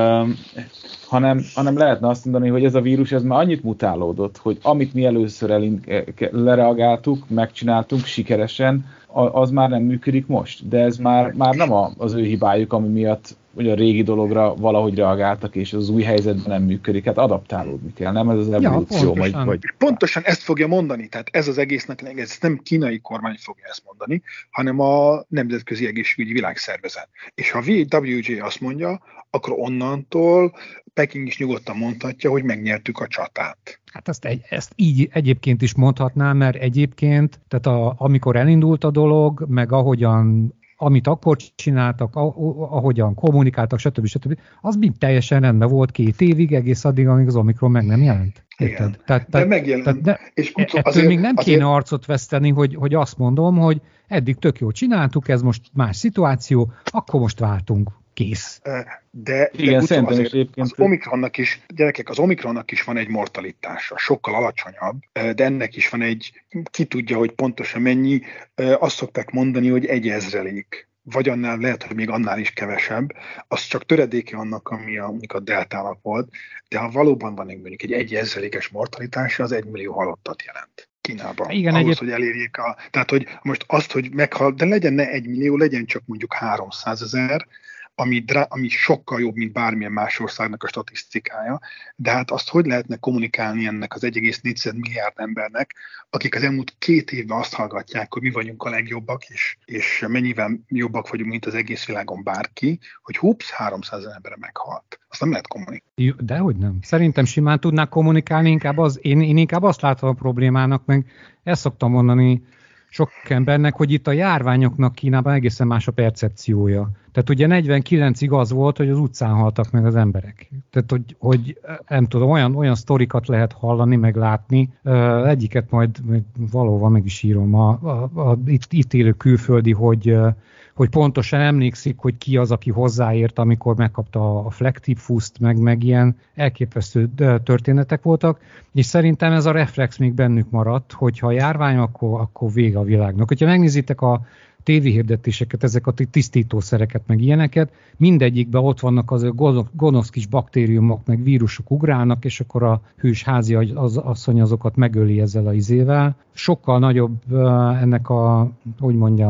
hanem, hanem lehetne azt mondani, hogy ez a vírus ez már annyit mutálódott, hogy amit mi először elind, lereagáltuk, megcsináltunk sikeresen, az már nem működik most. De ez már, már nem az ő hibájuk, ami miatt hogy a régi dologra valahogy reagáltak, és az új helyzetben nem működik. Hát adaptálódni kell, nem? Ez az evolúció. Ja, pontosan. Vagy... pontosan ezt fogja mondani. Tehát ez az egésznek, ez nem kínai kormány fogja ezt mondani, hanem a Nemzetközi Egészségügyi Világszervezet. És ha a dupla vé gé azt mondja, akkor onnantól Peking is nyugodtan mondhatja, hogy megnyertük a csatát. Hát ezt, egy, ezt így egyébként is mondhatnám, mert egyébként, tehát a, amikor elindult a dolog, meg ahogyan amit akkor csináltak, ahogyan kommunikáltak, stb. stb. Az mind teljesen rendben volt két évig, egész addig, amíg az Omikron meg nem jelent. Igen, tehát, de megjelent. Tehát de, és ettől azért, még nem azért... kéne arcot veszteni, hogy, hogy azt mondom, hogy eddig tök jól csináltuk, ez most más szituáció, akkor most váltunk. Kész. De, igen, de azért az Omikronnak is, gyerekek, az Omikronnak is van egy mortalitása, sokkal alacsonyabb, de ennek is van egy, ki tudja, hogy pontosan mennyi, azt szokták mondani, hogy egy ezrelék, vagy annál lehet, hogy még annál is kevesebb, az csak töredéke annak, ami a, a deltának volt, de ha valóban van egy, mondjuk egy egy ezrelékes mortalitása, az egy millió halottat jelent. Kínában. Igen, ahhoz, egyéb... hogy elérjék a... Tehát, hogy most azt, hogy meghal, de legyen ne egy millió, legyen csak mondjuk háromszázezer, Ami, drá- ami sokkal jobb, mint bármilyen más országnak a statisztikája, de hát azt hogy lehetne kommunikálni ennek az egy egész négy milliárd embernek, akik az elmúlt két évben azt hallgatják, hogy mi vagyunk a legjobbak, és, és mennyivel jobbak vagyunk, mint az egész világon bárki, hogy hups, háromszázezer embere meghalt. Azt nem lehet kommunikálni. Dehogy nem. Szerintem simán tudnák kommunikálni, inkább az, én, én inkább azt látom a problémának, meg ezt szoktam mondani sok embernek, hogy itt a járványoknak Kínában egészen más a percepciója. Tehát ugye negyvenkilencig az volt, hogy az utcán haltak meg az emberek. Tehát, hogy, hogy nem tudom, olyan, olyan sztorikat lehet hallani, meg látni. Egyiket majd valóban meg is írom a, a, a itt, itt élő külföldi, hogy, hogy pontosan emlékszik, hogy ki az, aki hozzáért, amikor megkapta a flektípfuszt, meg, meg ilyen elképesztő történetek voltak, és szerintem ez a reflex még bennük maradt, hogy ha a járvány, akkor, akkor vége a világnak. Hogyha megnézitek a tévéhirdetéseket, ezek a tisztítószereket, meg ilyeneket, mindegyikben ott vannak az gonosz kis baktériumok, meg vírusok ugrálnak, és akkor a hős házi az asszony azokat megöli ezzel a izével. Sokkal nagyobb ennek a, hogy mondjam,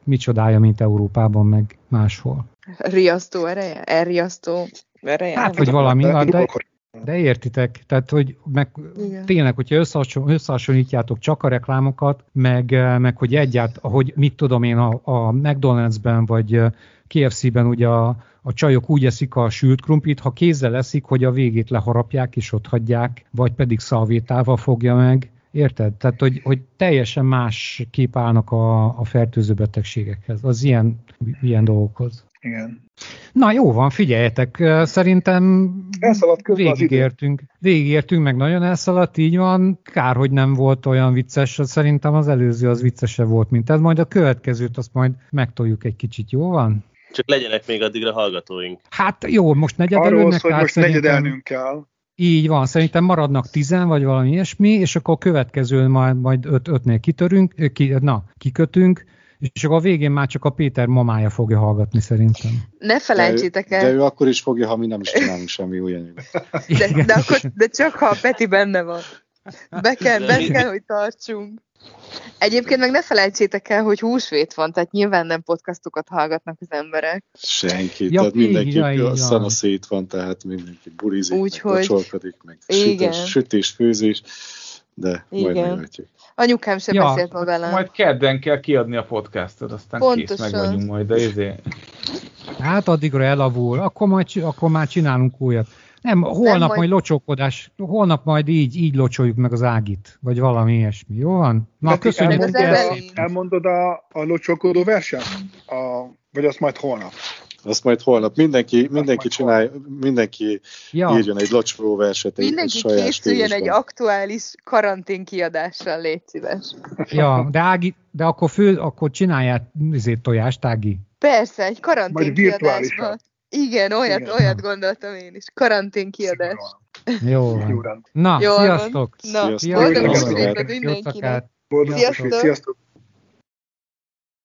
micsodája, mint Európában, meg máshol. Riasztó ereje? Elriasztó ereje? Hát, vagy valami, de, de értitek, tehát, hogy meg, tényleg, hogyha összehasonlítjátok csak a reklámokat, meg, meg hogy egyáltalán, hogy mit tudom én, a, a McDonald'sben, vagy ká ef cé-ben ugye a, a csajok úgy eszik a sült krumplit, ha kézzel eszik, hogy a végét leharapják és ott hagyják, vagy pedig szalvétával fogja meg. Érted? Tehát, hogy, hogy teljesen más kép állnak a, a fertőző betegségekhez, az ilyen, ilyen dolgokhoz. Igen. Na jó van, figyeljetek, szerintem végigértünk, végigértünk, meg nagyon elszaladt, így van, kár, hogy nem volt olyan vicces, szerintem az előző az viccesebb volt, mint ez, majd a következőt azt majd megtoljuk egy kicsit, jó van? Csak legyenek még addigra hallgatóink. Hát jó, most negyedelőnek. Arról szól, hogy most negyedelnünk kell. Így van, szerintem maradnak tizen, vagy valami ilyesmi, és akkor a következő majd, majd öt, ötnél kitörünk, ki, na, kikötünk, és akkor a végén már csak a Péter mamája fogja hallgatni szerintem. Ne felejtsétek el. De ő, de ő akkor is fogja, ha mi nem is csinálunk semmi új anyagot. De, de, akkor, de csak ha a Peti benne van. Be kell, be kell, hogy tartsunk. Egyébként meg ne felejtsétek el, hogy húsvét van, tehát nyilván nem podcastokat hallgatnak az emberek. Senki, ja, tehát mindenki a szanaszét van, tehát mindenki bulizik, úgy, meg kocsolkodik, meg sütés, sütés, főzés, de igen. Majd meglátjuk. Anyukám sem ja, beszélt magának. Majd kedden kell kiadni a podcastot, aztán pontosan. Kész, meg vagyunk majd, de ezért. Hát addigra elavul, akkor, majd, akkor már csinálunk újat. Nem, holnap nem majd... majd locsókodás, holnap majd így, így locsoljuk meg az Ágit, vagy valami ilyesmi, jó van? Na, köszönjük. Elmondod, elmondod a, a locsókodó verset? A, vagy azt majd holnap? Azt majd holnap. Mindenki, mindenki csinálja, mindenki ja. írjon egy locsó verset. Mindenki egy saját készüljön egy aktuális karantén kiadással, légy szíves. Ja, de Ági, de akkor, fő, akkor csinálját ezért tojást, Ági. Persze, egy karantén kiadásban. Igen, olyat, Igen. olyat gondoltam én is. Karantén kiadás. Jó van. Na, Jó sziasztok! Na, sziasztok! Boldog húsvétot mindenkinek! Sziasztok! Sziasztok!